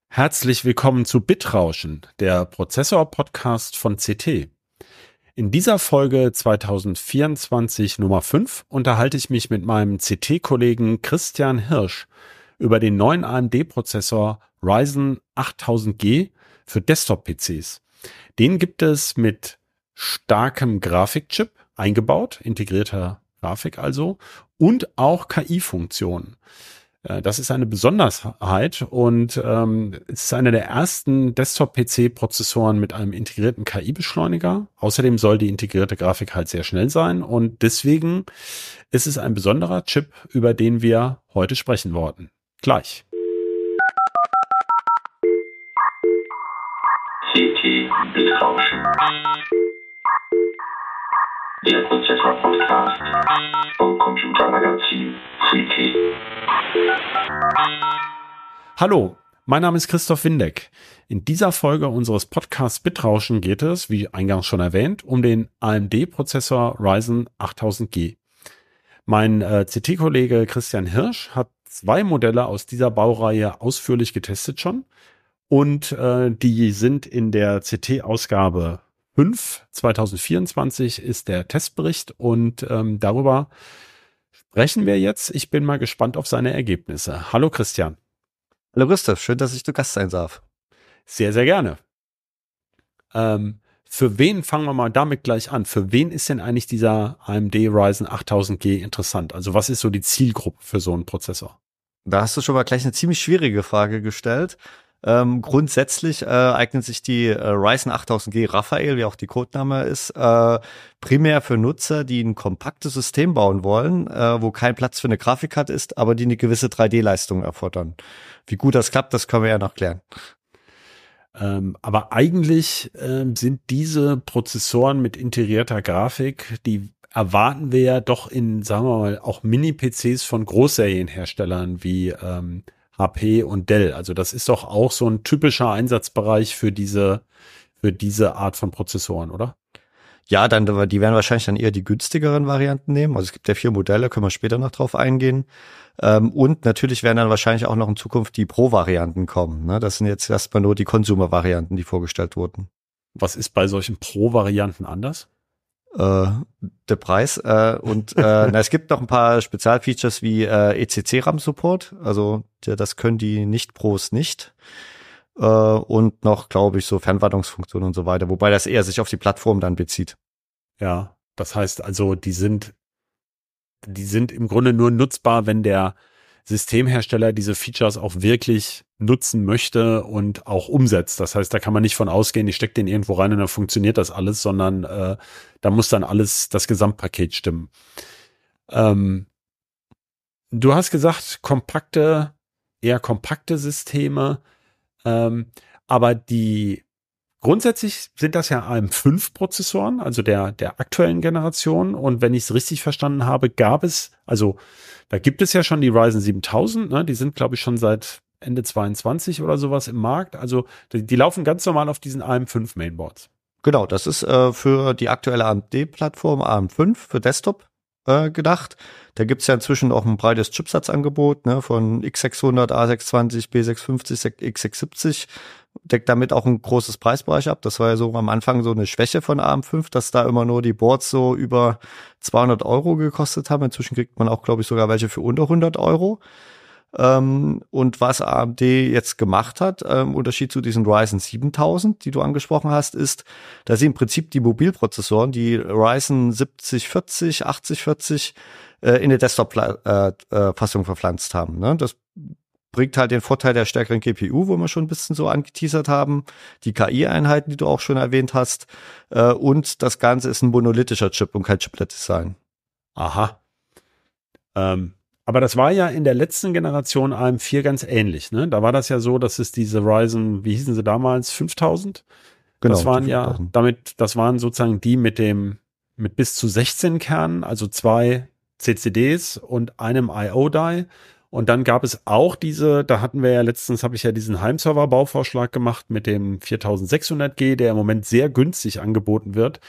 Herzlich willkommen zu Bitrauschen, der Prozessor-Podcast von CT. In dieser Folge 2024 Nummer 5 unterhalte ich mich mit meinem CT-Kollegen Christian Hirsch über den neuen AMD-Prozessor Ryzen 8000G für Desktop-PCs. Den gibt es mit starkem Grafikchip eingebaut, integrierter Grafik also, und auch KI-Funktionen. Das ist eine Besonderheit und es ist einer der ersten Desktop-PC-Prozessoren mit einem integrierten KI-Beschleuniger. Außerdem soll die integrierte Grafik halt sehr schnell sein und deswegen ist es ein besonderer Chip, über den wir heute sprechen wollten. Gleich. CT Bitrauschen. Der Prozessor-Podcast vom Computermagazin CT. Hallo, mein Name ist Christoph Windeck. In dieser Folge unseres Podcasts Bitrauschen geht es, wie eingangs schon erwähnt, um den AMD-Prozessor Ryzen 8000G. Mein CT-Kollege Christian Hirsch hat 2 Modelle aus dieser Baureihe ausführlich getestet schon und die sind in der CT-Ausgabe 5 2024 ist der Testbericht und darüber sprechen wir jetzt. Ich bin mal gespannt auf seine Ergebnisse. Hallo Christian. Hallo Christoph, schön, dass ich zu Gast sein darf. Sehr, sehr gerne. Für wen, fangen wir mal damit gleich an, für wen ist denn eigentlich dieser AMD Ryzen 8000G interessant? Also was ist so die Zielgruppe für so einen Prozessor? Da hast du schon mal gleich eine ziemlich schwierige Frage gestellt. Grundsätzlich eignet sich die Ryzen 8000G Raphael, wie auch die Codename ist, primär für Nutzer, die ein kompaktes System bauen wollen, wo kein Platz für eine Grafikkarte ist, aber die eine gewisse 3D-Leistung erfordern. Wie gut das klappt, das können wir ja noch klären. Aber eigentlich sind diese Prozessoren mit integrierter Grafik, die erwarten wir ja doch in, sagen wir mal, auch Mini-PCs von Großserienherstellern wie HP und Dell. Also das ist doch auch so ein typischer Einsatzbereich für diese Art von Prozessoren, oder? Ja, die werden wahrscheinlich dann eher die günstigeren Varianten nehmen. Also es gibt ja 4 Modelle, können wir später noch drauf eingehen. Und natürlich werden dann wahrscheinlich auch noch in Zukunft die Pro-Varianten kommen. Ne? Das sind jetzt erstmal nur die Consumer-Varianten, die vorgestellt wurden. Was ist bei solchen Pro-Varianten anders? Der Preis. Es gibt noch ein paar Spezialfeatures wie ECC-RAM-Support. Also das können die Nicht-Pros nicht. Und noch, glaube ich, so Fernwartungsfunktionen und so weiter, wobei das eher sich auf die Plattform dann bezieht. Ja, das heißt also, die sind im Grunde nur nutzbar, wenn der Systemhersteller diese Features auch wirklich nutzen möchte und auch umsetzt. Das heißt, da kann man nicht von ausgehen, ich stecke den irgendwo rein und dann funktioniert das alles, sondern da muss dann alles, das Gesamtpaket stimmen. Du hast gesagt, eher kompakte Systeme, aber grundsätzlich sind das ja AM5-Prozessoren, also der aktuellen Generation. Und wenn ich es richtig verstanden habe, da gibt es ja schon die Ryzen 7000, ne? Die sind, glaube ich, schon seit Ende 22 oder sowas im Markt. Also die laufen ganz normal auf diesen AM5-Mainboards. Genau, das ist für die aktuelle AMD-Plattform AM5 für Desktop gedacht. Da gibt's ja inzwischen auch ein breites Chipsatzangebot, ne, von X600, A620, B650, X670. Deckt damit auch ein großes Preisbereich ab. Das war ja so am Anfang so eine Schwäche von AM5, dass da immer nur die Boards so über 200 € gekostet haben. Inzwischen kriegt man auch, glaube ich, sogar welche für unter 100 €. Und was AMD jetzt gemacht hat, im Unterschied zu diesen Ryzen 7000, die du angesprochen hast, ist, dass sie im Prinzip die Mobilprozessoren, die Ryzen 7040, 8040, in eine Desktop-Fassung verpflanzt haben. Ne? Das bringt halt den Vorteil der stärkeren GPU, wo wir schon ein bisschen so angeteasert haben, die KI-Einheiten, die du auch schon erwähnt hast, und das Ganze ist ein monolithischer Chip und kein Chiplet-Design. Aha. Aber das war ja in der letzten Generation AM4 ganz ähnlich, ne? Da war das ja so, dass es diese Ryzen, wie hießen sie damals, 5000? Genau. Das waren sozusagen die mit bis zu 16 Kernen, also 2 CCDs und einem IO-Die. Und dann gab es auch da hatten wir ja letztens, habe ich ja diesen Heimserver-Bauvorschlag gemacht mit dem 4600G, der im Moment sehr günstig angeboten wird.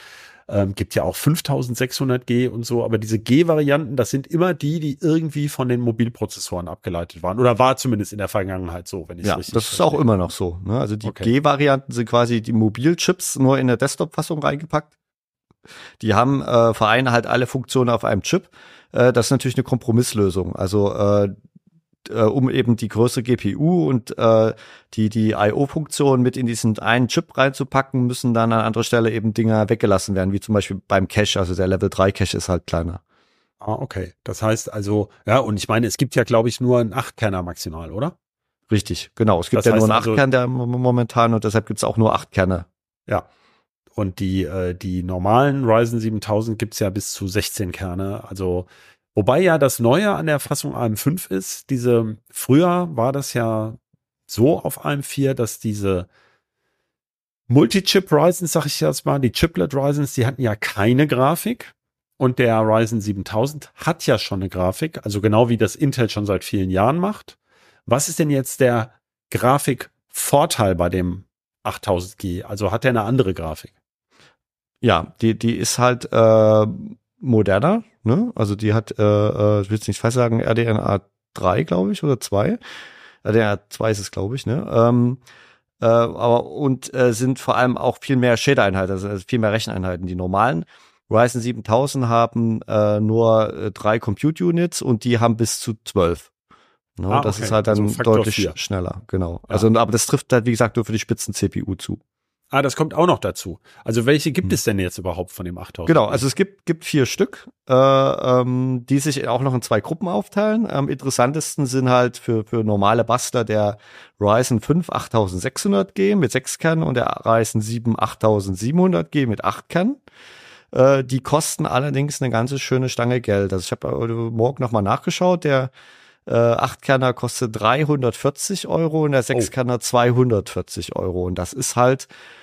Gibt ja auch 5600G und so, aber diese G-Varianten, das sind immer die irgendwie von den Mobilprozessoren abgeleitet waren. Oder war zumindest in der Vergangenheit so, wenn ich es richtig das ist verstehe. auch immer noch so. Ne? Also die Okay. G-Varianten sind quasi die Mobilchips nur in der Desktop-Fassung reingepackt. Die haben vereinen halt alle Funktionen auf einem Chip. Das ist natürlich eine Kompromisslösung. Also um eben die größere GPU und die I/O-Funktion mit in diesen einen Chip reinzupacken, müssen dann an anderer Stelle eben Dinger weggelassen werden, wie zum Beispiel beim Cache. Also der Level 3 Cache ist halt kleiner. Ah, okay. Das heißt also, ja, und ich meine, es gibt ja, glaube ich, nur einen 8-Kerner maximal, oder? Richtig, genau. Es gibt Das ja nur heißt einen also- 8-Kern der momentan und deshalb gibt es auch nur 8 Kerne. Ja. Und die normalen Ryzen 7000 gibt's ja bis zu 16 Kerne. Also, wobei ja das Neue an der Fassung AM5 ist, früher war das ja so auf AM4, dass diese Multi-Chip Ryzens, sag ich jetzt mal, die Chiplet Ryzens, die hatten ja keine Grafik. Und der Ryzen 7000 hat ja schon eine Grafik, also genau wie das Intel schon seit vielen Jahren macht. Was ist denn jetzt der Grafikvorteil bei dem 8000G? Also hat der eine andere Grafik? Ja, die ist halt moderner, ne? Also die hat, ich will jetzt nicht fest sagen, RDNA 3, glaube ich, oder 2. RDNA 2 ist es, glaube ich, ne? Sind vor allem auch viel mehr Shader-Einheiten, also viel mehr Recheneinheiten. Die normalen Ryzen 7000 haben nur 3 Compute-Units und die haben bis zu 12. Ne? Das okay. ist halt dann Also Faktor deutlich 4. schneller, genau. Ja. Also, aber das trifft halt, wie gesagt, nur für die Spitzen-CPU zu. Ah, das kommt auch noch dazu. Also welche gibt es denn jetzt überhaupt von dem 8000? Genau, also es gibt 4 Stück, die sich auch noch in 2 Gruppen aufteilen. Am interessantesten sind halt für normale Bastler der Ryzen 5 8600G mit 6 Kernen und der Ryzen 7 8700G mit 8 Kernen. Die kosten allerdings eine ganze schöne Stange Geld. Also ich habe heute Morgen nochmal nachgeschaut, der 8-Kerner kostet 340 € und der 6-Kerner 240 €. Und das ist halt,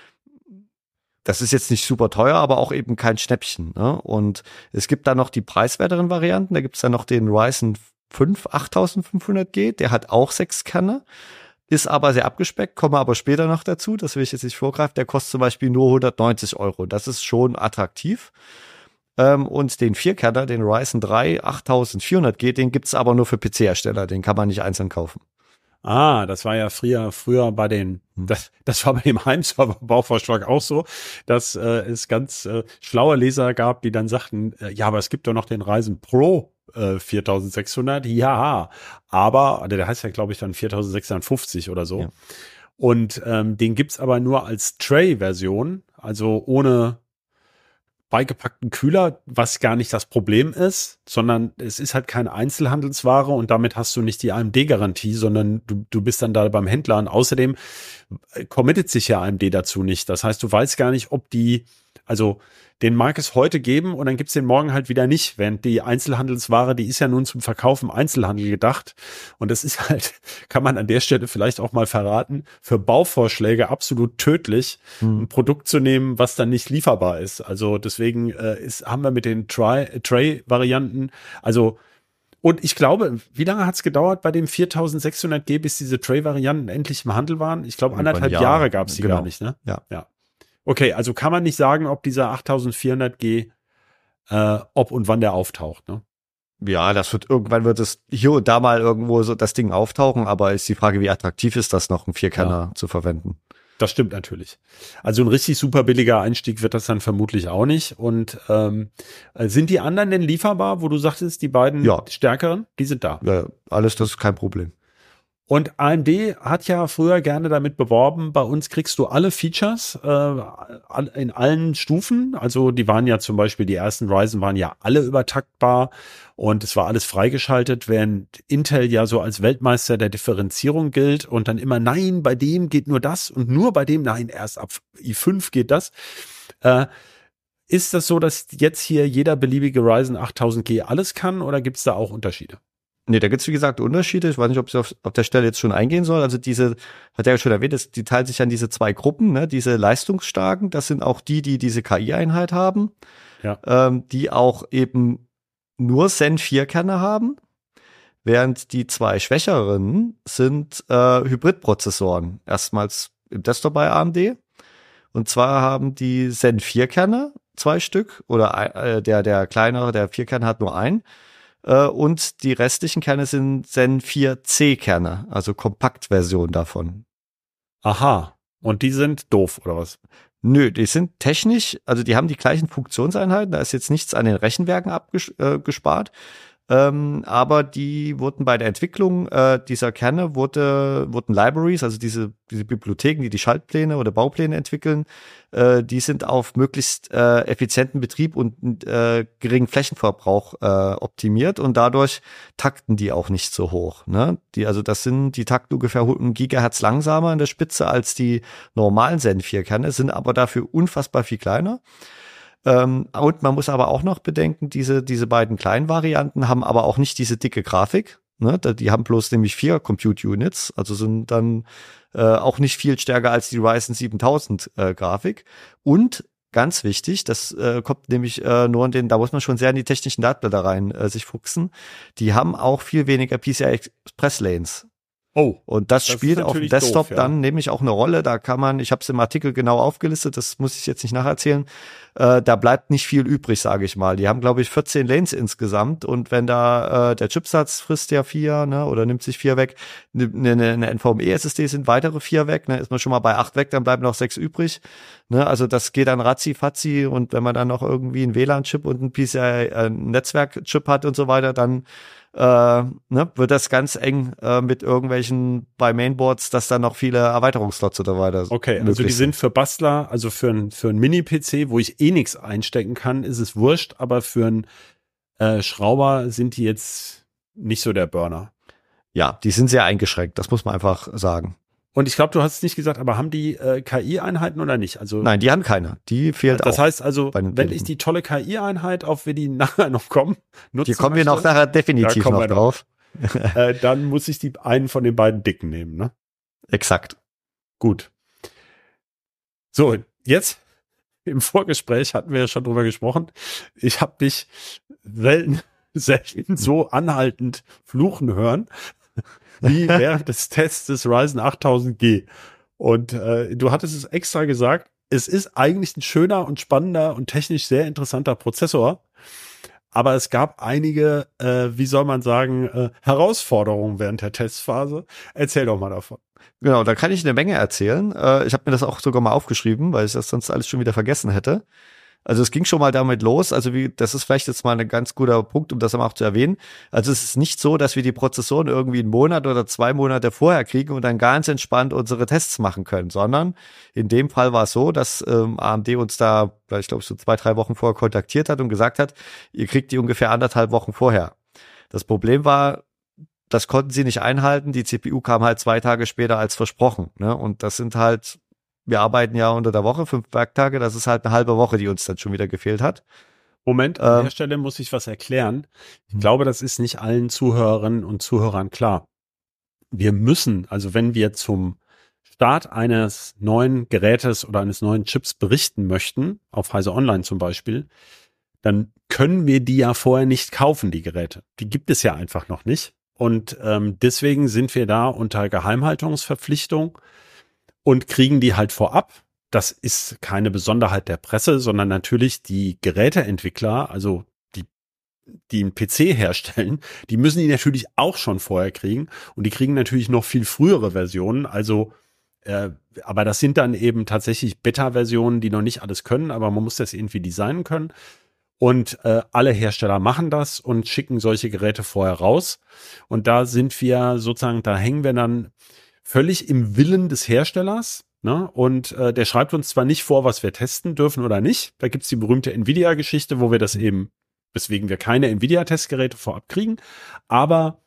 das ist jetzt nicht super teuer, aber auch eben kein Schnäppchen. Ne? Und es gibt da noch die preiswerteren Varianten. Da gibt's dann noch den Ryzen 5 8500G, der hat auch 6 Kerner, ist aber sehr abgespeckt, komme aber später noch dazu. Das will ich jetzt nicht vorgreifen. Der kostet zum Beispiel nur 190 €. Das ist schon attraktiv. Und den 4-Kerner, den Ryzen 3 8400G, den gibt's aber nur für PC-Hersteller. Den kann man nicht einzeln kaufen. Ah, das war ja früher bei den, das war bei dem Heimserver-Bauvorschlag auch so, dass es ganz schlaue Leser gab, die dann sagten, ja, aber es gibt doch noch den Ryzen Pro 4600, ja, aber, der heißt ja, glaube ich, dann 4650 oder so. Ja. Und den gibt's aber nur als Tray-Version, also ohne beigepackten Kühler, was gar nicht das Problem ist, sondern es ist halt keine Einzelhandelsware und damit hast du nicht die AMD-Garantie, sondern du bist dann da beim Händler und außerdem committet sich ja AMD dazu nicht. Das heißt, du weißt gar nicht, ob also den mag es heute geben und dann gibt's den morgen halt wieder nicht, während die Einzelhandelsware, die ist ja nun zum Verkauf im Einzelhandel gedacht und das ist halt, kann man an der Stelle vielleicht auch mal verraten, für Bauvorschläge absolut tödlich, ein Produkt zu nehmen, was dann nicht lieferbar ist. Also deswegen haben wir mit den Tray-Varianten, also und ich glaube, wie lange hat's gedauert bei dem 4600G, bis diese Tray-Varianten endlich im Handel waren? Ich glaube, 1,5 Jahre gab's die gar nicht, ne? Ja. Okay, also kann man nicht sagen, ob dieser 8400G, ob und wann der auftaucht, ne? Ja, irgendwann wird es hier und da mal irgendwo so das Ding auftauchen, aber ist die Frage, wie attraktiv ist das noch, einen 4-Kerner zu verwenden? Das stimmt natürlich. Also ein richtig super billiger Einstieg wird das dann vermutlich auch nicht. Und sind die anderen denn lieferbar, wo du sagtest, die beiden stärkeren, die sind da? Ja, alles, das ist kein Problem. Und AMD hat ja früher gerne damit beworben, bei uns kriegst du alle Features in allen Stufen. Also die waren ja zum Beispiel, die ersten Ryzen waren ja alle übertaktbar und es war alles freigeschaltet, während Intel ja so als Weltmeister der Differenzierung gilt und dann immer, nein, bei dem geht nur das und nur bei dem, nein, erst ab i5 geht das. Ist das so, dass jetzt hier jeder beliebige Ryzen 8000G alles kann oder gibt es da auch Unterschiede? Nee, da gibt's wie gesagt Unterschiede. Ich weiß nicht, ob ich auf der Stelle jetzt schon eingehen soll. Also hat er ja schon erwähnt, die teilen sich an diese 2 Gruppen, ne? Diese leistungsstarken, das sind auch die diese KI-Einheit haben, die auch eben nur Zen 4-Kerne haben, während die 2 schwächeren sind Hybridprozessoren. Erstmals im Desktop bei AMD. Und zwar haben die Zen 4-Kerne 2 Stück oder der kleinere, der 4-Kern hat nur einen. Und die restlichen Kerne sind Zen 4C-Kerne, also Kompaktversion davon. Aha. Und die sind doof, oder was? Nö, die sind technisch, also die haben die gleichen Funktionseinheiten, da ist jetzt nichts an den Rechenwerken abgespart. Aber die wurden bei der Entwicklung dieser Kerne wurden Libraries, also diese Bibliotheken, die Schaltpläne oder Baupläne entwickeln, die sind auf möglichst effizienten Betrieb und geringen Flächenverbrauch optimiert und dadurch takten die auch nicht so hoch. Ne? Die takten ungefähr 1 Gigahertz langsamer in der Spitze als die normalen Zen 4 Kerne, sind aber dafür unfassbar viel kleiner. Und man muss aber auch noch bedenken, diese beiden kleinen Varianten haben aber auch nicht diese dicke Grafik. Ne? Die haben bloß nämlich 4 Compute Units, also sind dann auch nicht viel stärker als die Ryzen 7000 Grafik. Und ganz wichtig, das kommt nämlich nur da muss man schon sehr in die technischen Datenblätter rein sich fuchsen. Die haben auch viel weniger PCI-Express-Lanes. Oh. Und das spielt auf dem Desktop doof, ja. dann nämlich auch eine Rolle. Da kann man, ich habe es im Artikel genau aufgelistet, das muss ich jetzt nicht nacherzählen, da bleibt nicht viel übrig, sage ich mal. Die haben, glaube ich, 14 Lanes insgesamt und wenn da der Chipsatz frisst ja 4, ne, oder nimmt sich 4 weg, eine NVMe-SSD sind weitere 4 weg, ne, ist man schon mal bei 8 weg, dann bleiben noch 6 übrig. Ne, also das geht dann ratzi-fatzi und wenn man dann noch irgendwie einen WLAN-Chip und einen PCI-Netzwerk-Chip hat und so weiter, dann wird das ganz eng mit irgendwelchen bei Mainboards, dass da noch viele Erweiterungsslots oder weiter. Okay, also die sind für Bastler, also für ein Mini-PC, wo ich nichts einstecken kann, ist es wurscht, aber für einen Schrauber sind die jetzt nicht so der Burner. Ja, die sind sehr eingeschränkt, das muss man einfach sagen. Und ich glaube, du hast es nicht gesagt, aber haben die KI-Einheiten oder nicht? Also nein, die haben keine. Die fehlt auch. Das heißt also, wenn ich Geräten. die tolle KI-Einheit, auf die nachher noch kommen, nutzen Hier kommen wir möchte, noch nachher definitiv kommen noch wir drauf. Dann muss ich einen von den beiden dicken nehmen, ne? Exakt. Gut. So, jetzt im Vorgespräch hatten wir ja schon drüber gesprochen. Ich habe dich selten so anhaltend fluchen hören, wie während des Tests des Ryzen 8000G. Und du hattest es extra gesagt, es ist eigentlich ein schöner und spannender und technisch sehr interessanter Prozessor, aber es gab einige, wie soll man sagen, Herausforderungen während der Testphase. Erzähl doch mal davon. Genau, da kann ich eine Menge erzählen. Ich habe mir das auch sogar mal aufgeschrieben, weil ich das sonst alles schon wieder vergessen hätte. Also es ging schon mal damit los, das ist vielleicht jetzt mal ein ganz guter Punkt, um das auch zu erwähnen. Also es ist nicht so, dass wir die Prozessoren irgendwie einen Monat oder 2 Monate vorher kriegen und dann ganz entspannt unsere Tests machen können, sondern in dem Fall war es so, dass AMD uns da, ich glaube so 2-3 Wochen vorher kontaktiert hat und gesagt hat, ihr kriegt die ungefähr 1,5 Wochen vorher. Das Problem war, das konnten sie nicht einhalten, die CPU kam halt 2 Tage später als versprochen, ne? Und das sind halt, wir arbeiten ja unter der Woche, 5 Werktage, das ist halt eine halbe Woche, die uns dann schon wieder gefehlt hat. Moment, an der Stelle muss ich was erklären. Ich glaube, das ist nicht allen Zuhörerinnen und Zuhörern klar. Wir müssen, also wenn wir zum Start eines neuen Gerätes oder eines neuen Chips berichten möchten, auf Heise Online zum Beispiel, dann können wir die ja vorher nicht kaufen, die Geräte. Die gibt es ja einfach noch nicht. Und deswegen sind wir da unter Geheimhaltungsverpflichtung und kriegen die halt vorab. Das ist keine Besonderheit der Presse, sondern natürlich die Geräteentwickler, also die einen PC herstellen, die müssen die natürlich auch schon vorher kriegen. Und die kriegen natürlich noch viel frühere Versionen. Also, aber das sind dann eben tatsächlich Beta-Versionen, die noch nicht alles können, aber man muss das irgendwie designen können. Und alle Hersteller machen das und schicken solche Geräte vorher raus. Und da sind wir sozusagen, da hängen wir dann völlig im Willen des Herstellers. Ne? Und der schreibt uns zwar nicht vor, was wir testen dürfen oder nicht. Da gibt's die berühmte Nvidia-Geschichte, wo wir das eben, weswegen wir keine Nvidia-Testgeräte vorab kriegen. Aber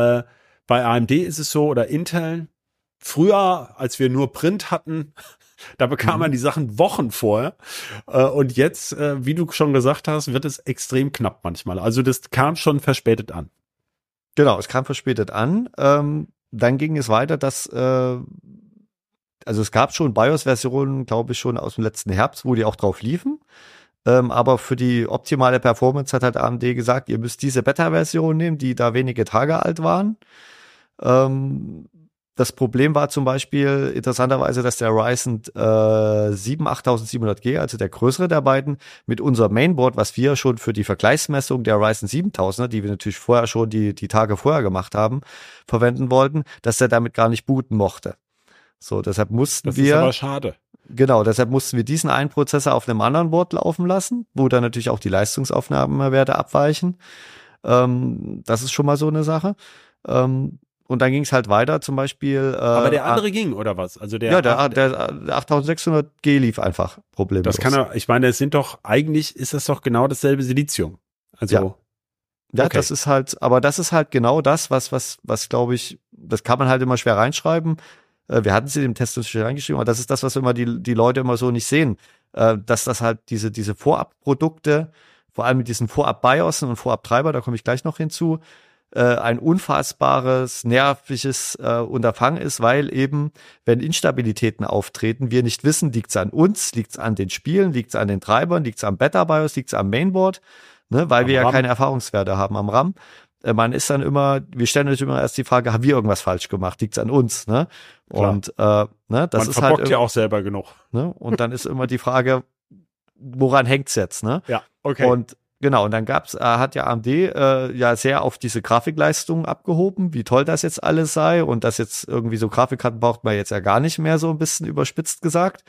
bei AMD ist es so, oder Intel, früher, als wir nur Print hatten, da bekam man die Sachen Wochen vorher. Und jetzt, wie du schon gesagt hast, wird es extrem knapp manchmal. Also das kam schon verspätet an. Genau, es kam verspätet an. Dann ging es weiter, dass also es gab schon BIOS-Versionen, glaube ich, schon aus dem letzten Herbst, wo die auch drauf liefen. Aber für die optimale Performance hat halt AMD gesagt, ihr müsst diese Beta-Version nehmen, die da wenige Tage alt waren. Das Problem war zum Beispiel interessanterweise, dass der Ryzen 7 8700G, also der größere der beiden, mit unserem Mainboard, was wir schon für die Vergleichsmessung der Ryzen 7000er, die wir natürlich vorher schon die Tage vorher gemacht haben, verwenden wollten, dass der damit gar nicht booten mochte. So, deshalb mussten wir. Das ist aber schade. Genau, deshalb mussten wir diesen einen Prozessor auf einem anderen Board laufen lassen, wo dann natürlich auch die Leistungsaufnahmewerte abweichen. Das ist schon mal so eine Sache. Und dann ging es halt weiter, zum Beispiel. Aber der andere ging, oder was? Also der 8600G lief einfach problemlos. Das kann er, ich meine, es sind doch, eigentlich ist das doch genau dasselbe Silizium. Also. Ja, okay. das ist halt genau das, was glaube ich, das kann man halt immer schwer reinschreiben. Wir hatten es in dem Test nicht reingeschrieben, aber das ist das, was immer die Leute immer so nicht sehen. Dass das halt diese Vorabprodukte, vor allem mit diesen Vorab-BIOSen und Vorab-Treiber, da komme ich gleich noch hinzu, ein unfassbares, nerviges Unterfangen ist, weil eben, wenn Instabilitäten auftreten, wir nicht wissen, liegt es an uns, liegt es an den Spielen, liegt es an den Treibern, liegt es am Beta-BIOS, liegt es am Mainboard, ne, weil wir ja keine Erfahrungswerte haben am RAM. Man ist dann immer, wir stellen natürlich immer erst die Frage, haben wir irgendwas falsch gemacht? Liegt es an uns? Ne? Und das man ist verbockt halt ja auch selber genug. Ne? Und dann ist immer die Frage, woran hängt's jetzt? Ne? Ja, okay. Und genau, und dann hat ja AMD ja sehr auf diese Grafikleistung abgehoben, wie toll das jetzt alles sei und dass jetzt irgendwie so Grafikkarten braucht man jetzt ja gar nicht mehr, so ein bisschen überspitzt gesagt.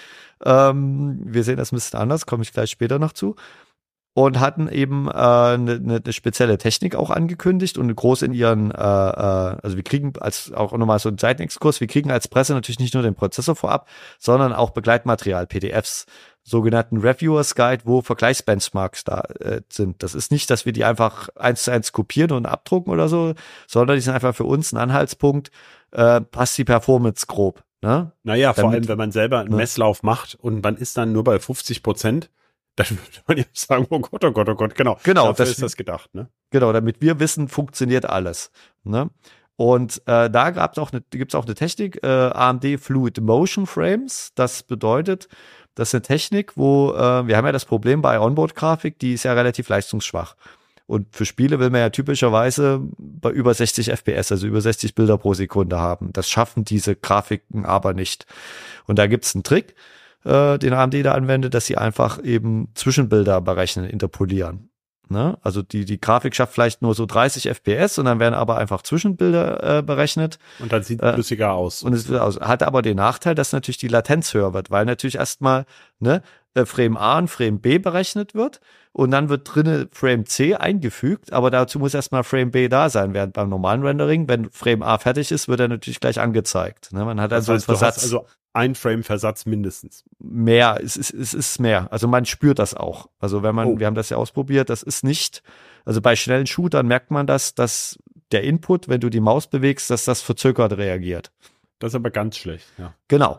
Wir sehen das ein bisschen anders, komme ich gleich später noch zu. Und hatten eben eine spezielle Technik auch angekündigt und groß in ihren, also wir kriegen als auch nochmal so einen Seitenexkurs, wir kriegen als Presse natürlich nicht nur den Prozessor vorab, sondern auch Begleitmaterial, PDFs, sogenannten Reviewers Guide, wo Vergleichsbenchmarks da sind. Das ist nicht, dass wir die einfach 1:1 kopieren und abdrucken oder so, sondern die sind einfach für uns ein Anhaltspunkt, passt die Performance grob. Ne? Naja, vor allem, wenn man selber einen Messlauf macht und man ist dann nur bei 50%, dann würde man ja sagen, oh Gott, genau. Genau, dafür ist das gedacht, ne? Genau, damit wir wissen, funktioniert alles. Ne? Und da gibt's auch eine Technik, AMD Fluid Motion Frames. Das bedeutet, das ist eine Technik, wo wir haben ja das Problem bei Onboard-Grafik, die ist ja relativ leistungsschwach. Und für Spiele will man ja typischerweise bei über 60 FPS, also über 60 Bilder pro Sekunde haben. Das schaffen diese Grafiken aber nicht. Und da gibt's einen Trick, den AMD da anwendet, dass sie einfach eben Zwischenbilder berechnen, interpolieren. Ne? Also die Grafik schafft vielleicht nur so 30 FPS und dann werden aber einfach Zwischenbilder berechnet. Und dann sieht es flüssiger aus. Und es hat aber den Nachteil, dass natürlich die Latenz höher wird, weil natürlich erstmal Frame A und Frame B berechnet wird und dann wird drinne Frame C eingefügt, aber dazu muss erstmal Frame B da sein, während beim normalen Rendering, wenn Frame A fertig ist, wird er natürlich gleich angezeigt. Ne? Man hat also einen Versatz. Also ein Frame-Versatz mindestens. Mehr, es ist mehr. Also man spürt das auch. Also wir haben das ja ausprobiert, das ist nicht, also bei schnellen Shootern merkt man das, dass der Input, wenn du die Maus bewegst, dass das verzögert reagiert. Das ist aber ganz schlecht, ja. Genau.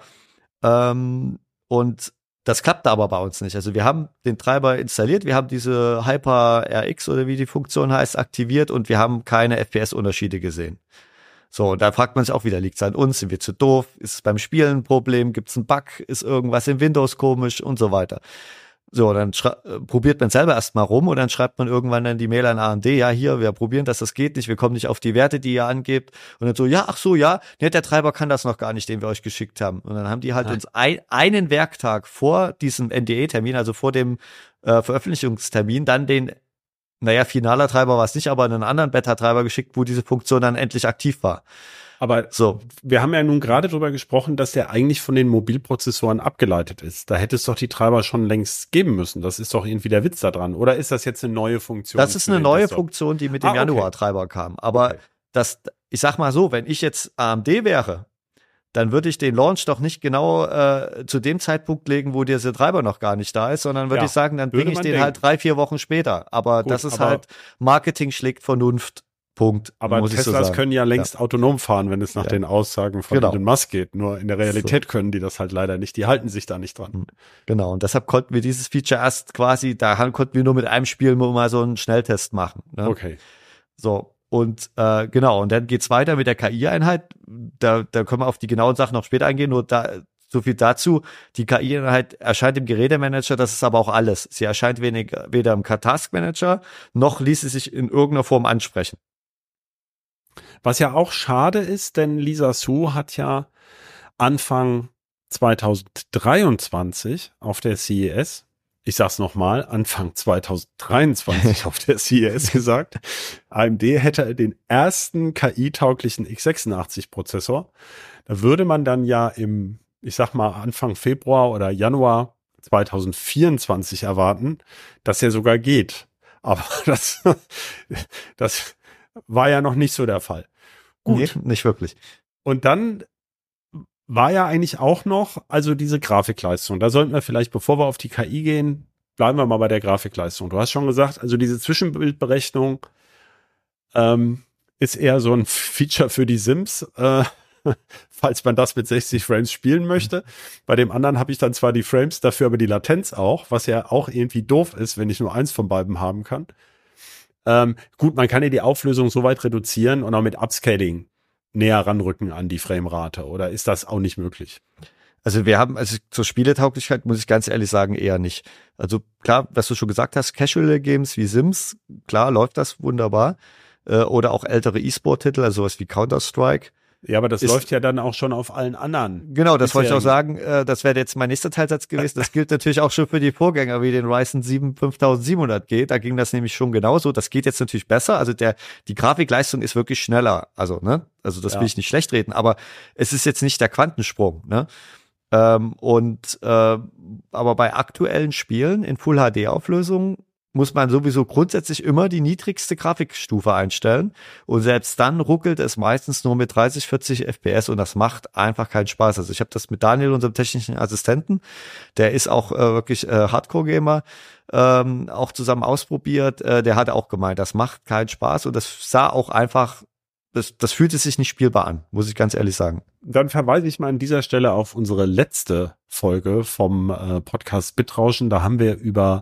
Und das klappte aber bei uns nicht. Also wir haben den Treiber installiert, wir haben diese Hyper-RX oder wie die Funktion heißt, aktiviert und wir haben keine FPS-Unterschiede gesehen. So, und da fragt man sich auch wieder, liegt es an uns, sind wir zu doof, ist es beim Spielen ein Problem, gibt es einen Bug, ist irgendwas in Windows komisch und so weiter. So, dann probiert man selber erstmal rum und dann schreibt man irgendwann dann die Mail an AMD, ja hier, wir probieren das geht nicht, wir kommen nicht auf die Werte, die ihr angebt. Und dann so, der Treiber kann das noch gar nicht, den wir euch geschickt haben. Und dann haben die halt uns einen Werktag vor diesem NDA-Termin, also vor dem Veröffentlichungstermin, dann den finaler Treiber war es nicht, aber einen anderen Beta-Treiber geschickt, wo diese Funktion dann endlich aktiv war. Aber so, wir haben ja nun gerade drüber gesprochen, dass der eigentlich von den Mobilprozessoren abgeleitet ist. Da hätte es doch die Treiber schon längst geben müssen. Das ist doch irgendwie der Witz da dran. Oder ist das jetzt eine neue Funktion? Das ist eine neue Funktion, die mit dem Januar-Treiber kam. Aber ich sag mal so, wenn ich jetzt AMD wäre, dann würde ich den Launch doch nicht genau zu dem Zeitpunkt legen, wo dieser Treiber noch gar nicht da ist, sondern würde ich sagen, dann bringe ich den halt 3-4 Wochen später. Aber gut, das ist halt, Marketing schlägt Vernunft. Punkt. Aber Teslas können ja längst autonom fahren, wenn es nach den Aussagen von Elon Musk geht. Nur in der Realität können die das halt leider nicht. Die halten sich da nicht dran. Genau. Und deshalb konnten wir dieses Feature erst konnten wir nur mit einem Spiel mal so einen Schnelltest machen. Ne? Okay. So. Und genau. Und dann geht's weiter mit der KI-Einheit. Da können wir auf die genauen Sachen noch später eingehen. Nur so viel dazu. Die KI-Einheit erscheint im Gerätemanager, das ist aber auch alles. Sie erscheint weder im Task Manager, noch ließ sie sich in irgendeiner Form ansprechen. Was ja auch schade ist, denn Lisa Su hat ja Anfang 2023 auf der CES, ich sag's nochmal, Anfang 2023 auf der CES gesagt, AMD hätte den ersten KI-tauglichen x86-Prozessor. Da würde man dann ja ich sag mal, Anfang Februar oder Januar 2024 erwarten, dass er sogar geht. Aber das war ja noch nicht so der Fall. Gut. Nee, nicht wirklich. Und dann war ja eigentlich auch noch, also diese Grafikleistung. Da sollten wir vielleicht, bevor wir auf die KI gehen, bleiben wir mal bei der Grafikleistung. Du hast schon gesagt, also diese Zwischenbildberechnung ist eher so ein Feature für die Sims, falls man das mit 60 Frames spielen möchte. Bei dem anderen habe ich dann zwar die Frames, dafür aber die Latenz auch, was ja auch irgendwie doof ist, wenn ich nur eins von beiden haben kann. Gut, man kann ja die Auflösung so weit reduzieren und auch mit Upscaling näher ranrücken an die Framerate, oder ist das auch nicht möglich? Also zur Spieletauglichkeit muss ich ganz ehrlich sagen, eher nicht. Also klar, was du schon gesagt hast, Casual Games wie Sims, klar läuft das wunderbar. Oder auch ältere E-Sport-Titel, also sowas wie Counter-Strike. Ja, aber das läuft ja dann auch schon auf allen anderen. Genau, das wollte ich auch sagen. Das wäre jetzt mein nächster Teilsatz gewesen. Das gilt natürlich auch schon für die Vorgänger wie den Ryzen 7 5700G. Da ging das nämlich schon genauso. Das geht jetzt natürlich besser. Also die Grafikleistung ist wirklich schneller. Also, ne? Also das will ich nicht schlecht reden. Aber es ist jetzt nicht der Quantensprung, ne? Aber bei aktuellen Spielen in Full HD Auflösung muss man sowieso grundsätzlich immer die niedrigste Grafikstufe einstellen. Und selbst dann ruckelt es meistens nur mit 30, 40 FPS und das macht einfach keinen Spaß. Also ich habe das mit Daniel, unserem technischen Assistenten, der ist auch wirklich Hardcore-Gamer, auch zusammen ausprobiert. Der hat auch gemeint, das macht keinen Spaß und das sah auch einfach, das fühlte sich nicht spielbar an, muss ich ganz ehrlich sagen. Dann verweise ich mal an dieser Stelle auf unsere letzte Folge vom Podcast Bitrauschen. Da haben wir über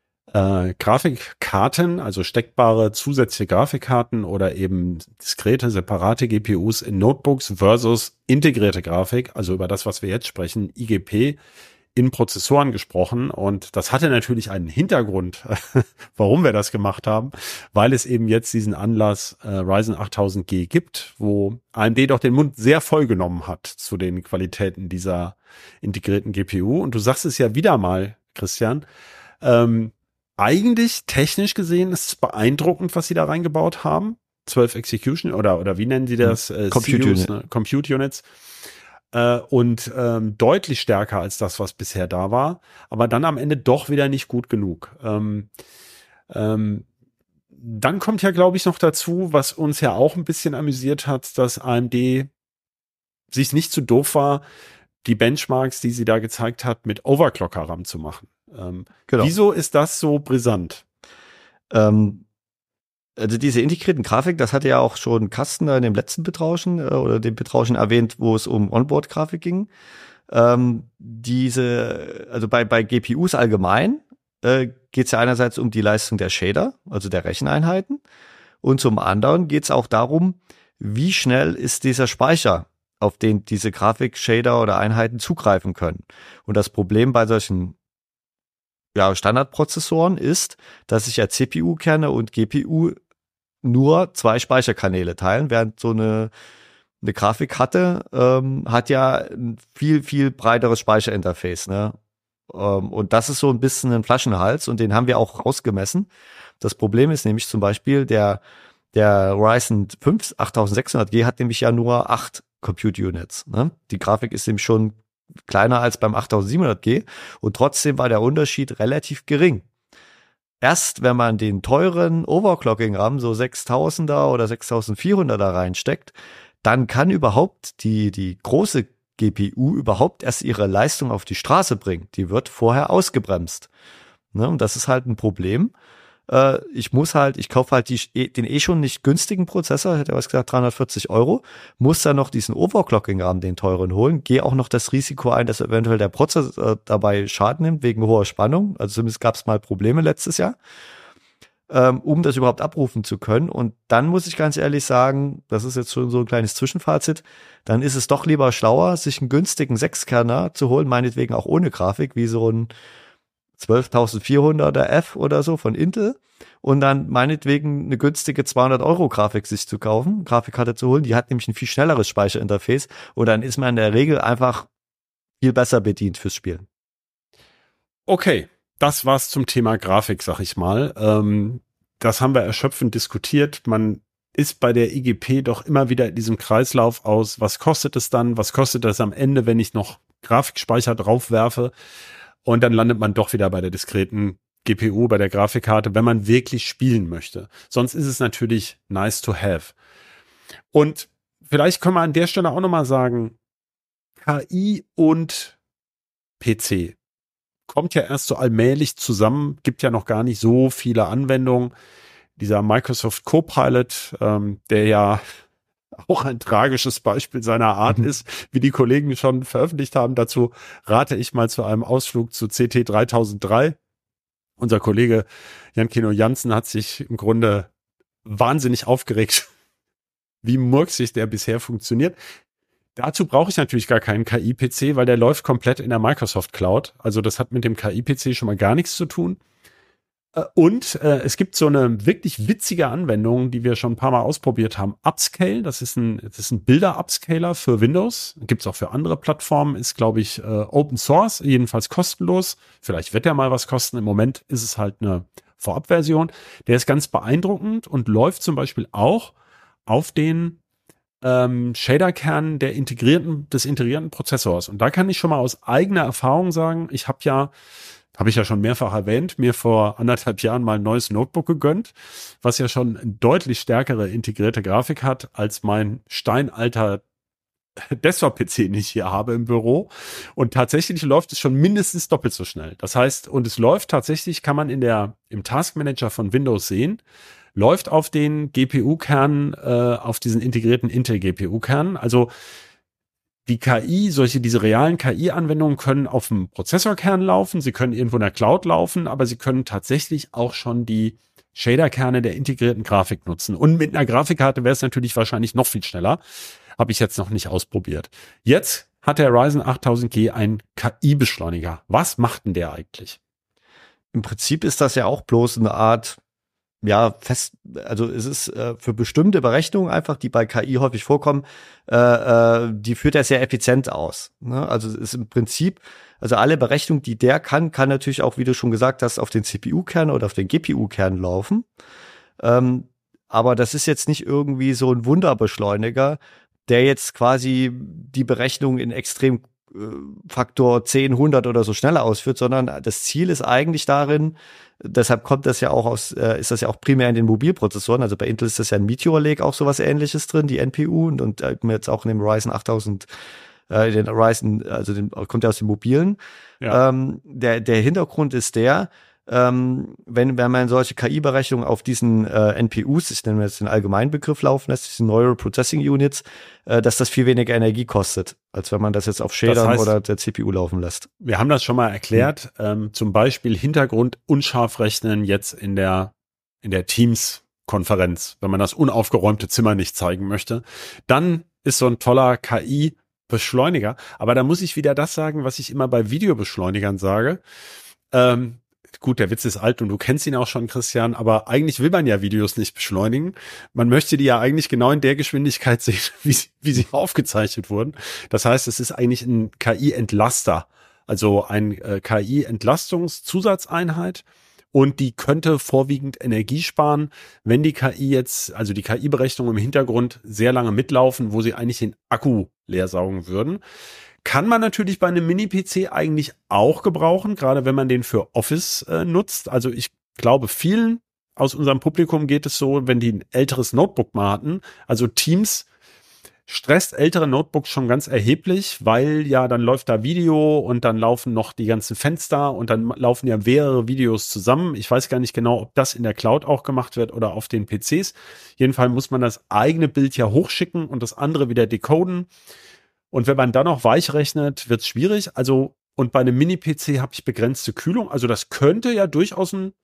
Grafikkarten, also steckbare zusätzliche Grafikkarten oder eben diskrete, separate GPUs in Notebooks versus integrierte Grafik, also über das, was wir jetzt sprechen, IGP, in Prozessoren gesprochen. Und das hatte natürlich einen Hintergrund, warum wir das gemacht haben, weil es eben jetzt diesen Anlass Ryzen 8000G gibt, wo AMD doch den Mund sehr voll genommen hat zu den Qualitäten dieser integrierten GPU. Und du sagst es ja wieder mal, Christian, eigentlich technisch gesehen ist es beeindruckend, was sie da reingebaut haben. 12 Execution oder wie nennen sie das? Compute CUs, Unit. ne? Compute Units. Und deutlich stärker als das, was bisher da war. Aber dann am Ende doch wieder nicht gut genug. Dann kommt ja, glaube ich, noch dazu, was uns ja auch ein bisschen amüsiert hat, dass AMD sich nicht zu doof war, die Benchmarks, die sie da gezeigt hat, mit Overclocker-RAM zu machen. Genau. Wieso ist das so brisant? Also diese integrierten Grafik, das hatte ja auch schon Carsten in dem letzten Bitrauschen oder dem Bitrauschen erwähnt, wo es um Onboard-Grafik ging. Also bei GPUs allgemein geht es ja einerseits um die Leistung der Shader, also der Recheneinheiten, und zum anderen geht es auch darum, wie schnell ist dieser Speicher, auf den diese Grafik-Shader oder Einheiten zugreifen können. Und das Problem bei solchen Standardprozessoren ist, dass sich ja CPU-Kerne und GPU nur 2 Speicherkanäle teilen, während so eine Grafikkarte hat ja ein viel, viel breiteres Speicherinterface, ne? Und das ist so ein bisschen ein Flaschenhals und den haben wir auch rausgemessen. Das Problem ist nämlich zum Beispiel, der Ryzen 5 8600G hat nämlich ja nur 8 Compute Units, ne? Die Grafik ist nämlich schon kleiner als beim 8700G und trotzdem war der Unterschied relativ gering. Erst wenn man den teuren Overclocking-RAM, so 6000er oder 6400er reinsteckt, dann kann überhaupt die große GPU überhaupt erst ihre Leistung auf die Straße bringen. Die wird vorher ausgebremst. Ne? Und das ist halt ein Problem. Ich kaufe halt den schon nicht günstigen Prozessor, ich hätte ja was gesagt, 340 €, muss dann noch diesen Overclocking-RAM, den teuren, holen, gehe auch noch das Risiko ein, dass eventuell der Prozessor dabei Schaden nimmt, wegen hoher Spannung, also zumindest gab es mal Probleme letztes Jahr, um das überhaupt abrufen zu können. Und dann muss ich ganz ehrlich sagen, das ist jetzt schon so ein kleines Zwischenfazit, dann ist es doch lieber schlauer, sich einen günstigen 6-Kerner zu holen, meinetwegen auch ohne Grafik, wie so ein 12.400er F oder so von Intel und dann meinetwegen eine günstige 200€ Grafik sich zu kaufen, Grafikkarte zu holen. Die hat nämlich ein viel schnelleres Speicherinterface und dann ist man in der Regel einfach viel besser bedient fürs Spielen. Okay, das war's zum Thema Grafik, sag ich mal. Das haben wir erschöpfend diskutiert. Man ist bei der IGP doch immer wieder in diesem Kreislauf aus, was kostet es dann, was kostet es am Ende, wenn ich noch Grafikspeicher draufwerfe? Und dann landet man doch wieder bei der diskreten GPU, bei der Grafikkarte, wenn man wirklich spielen möchte. Sonst ist es natürlich nice to have. Und vielleicht können wir an der Stelle auch nochmal sagen, KI und PC kommt ja erst so allmählich zusammen, gibt ja noch gar nicht so viele Anwendungen. Dieser Microsoft Copilot, der ja auch ein tragisches Beispiel seiner Art ist, wie die Kollegen schon veröffentlicht haben. Dazu rate ich mal zu einem Ausflug zu CT 3003. Unser Kollege Jan-Kino Jansen hat sich im Grunde wahnsinnig aufgeregt, wie murksig der bisher funktioniert. Dazu brauche ich natürlich gar keinen KI-PC, weil der läuft komplett in der Microsoft Cloud. Also das hat mit dem KI-PC schon mal gar nichts zu tun. Und es gibt so eine wirklich witzige Anwendung, die wir schon ein paar Mal ausprobiert haben. Upscale, das ist ein Bilder-Upscaler für Windows. Gibt's auch für andere Plattformen, ist, glaube ich, Open Source, jedenfalls kostenlos. Vielleicht wird der mal was kosten. Im Moment ist es halt eine Vorabversion. Der ist ganz beeindruckend und läuft zum Beispiel auch auf den Shader-Kern des integrierten Prozessors. Und da kann ich schon mal aus eigener Erfahrung sagen, habe ich ja schon mehrfach erwähnt, mir vor 1,5 Jahren mal ein neues Notebook gegönnt, was ja schon eine deutlich stärkere integrierte Grafik hat, als mein steinalter Desktop-PC, den ich hier habe im Büro. Und tatsächlich läuft es schon mindestens doppelt so schnell. Das heißt, und es läuft tatsächlich, kann man im Task Manager von Windows sehen, läuft auf den GPU-Kern, auf diesen integrierten Intel-GPU-Kern. Also die KI, diese realen KI-Anwendungen können auf dem Prozessorkern laufen, sie können irgendwo in der Cloud laufen, aber sie können tatsächlich auch schon die Shader-Kerne der integrierten Grafik nutzen. Und mit einer Grafikkarte wäre es natürlich wahrscheinlich noch viel schneller. Habe ich jetzt noch nicht ausprobiert. Jetzt hat der Ryzen 8000G einen KI-Beschleuniger. Was macht denn der eigentlich? Im Prinzip ist das ja auch bloß eine Art, also es ist für bestimmte Berechnungen einfach, die bei KI häufig vorkommen, die führt er sehr effizient aus. Ne? Also es ist im Prinzip, also alle Berechnungen, die der kann natürlich auch, wie du schon gesagt hast, auf den CPU-Kern oder auf den GPU-Kern laufen. Aber das ist jetzt nicht irgendwie so ein Wunderbeschleuniger, der jetzt quasi die Berechnung in extrem Faktor 10, 100 oder so schneller ausführt, sondern das Ziel ist eigentlich darin, deshalb kommt das ja auch ist das ja auch primär in den Mobilprozessoren, also bei Intel ist das ja ein Meteor Lake auch sowas Ähnliches drin, die NPU und jetzt auch in dem Ryzen 8000, den Ryzen, also kommt ja aus den mobilen. Ja. Der Hintergrund ist wenn man solche KI-Berechnungen auf diesen NPUs, ich nenne jetzt den Allgemeinbegriff laufen lässt, diese Neural Processing Units, dass das viel weniger Energie kostet, als wenn man das jetzt auf Shadern oder der CPU laufen lässt. Wir haben das schon mal erklärt, zum Beispiel Hintergrund unscharf rechnen jetzt in der Teams-Konferenz, wenn man das unaufgeräumte Zimmer nicht zeigen möchte, dann ist so ein toller KI-Beschleuniger, aber da muss ich wieder das sagen, was ich immer bei Videobeschleunigern sage. Gut, der Witz ist alt und du kennst ihn auch schon, Christian, aber eigentlich will man ja Videos nicht beschleunigen. Man möchte die ja eigentlich genau in der Geschwindigkeit sehen, wie sie aufgezeichnet wurden. Das heißt, es ist eigentlich ein KI-Entlaster, also ein KI-Entlastungszusatzeinheit und die könnte vorwiegend Energie sparen, wenn die KI also die KI-Berechnungen im Hintergrund sehr lange mitlaufen, wo sie eigentlich den Akku leer saugen würden. Kann man natürlich bei einem Mini-PC eigentlich auch gebrauchen, gerade wenn man den für Office nutzt. Also ich glaube, vielen aus unserem Publikum geht es so, wenn die ein älteres Notebook mal hatten. Also Teams stresst ältere Notebooks schon ganz erheblich, weil ja dann läuft da Video und dann laufen noch die ganzen Fenster und dann laufen ja mehrere Videos zusammen. Ich weiß gar nicht genau, ob das in der Cloud auch gemacht wird oder auf den PCs. Jedenfalls muss man das eigene Bild ja hochschicken und das andere wieder decoden. Und wenn man dann noch weich rechnet, wird es schwierig. Also, und bei einem Mini-PC habe ich begrenzte Kühlung. Also das könnte ja durchaus ein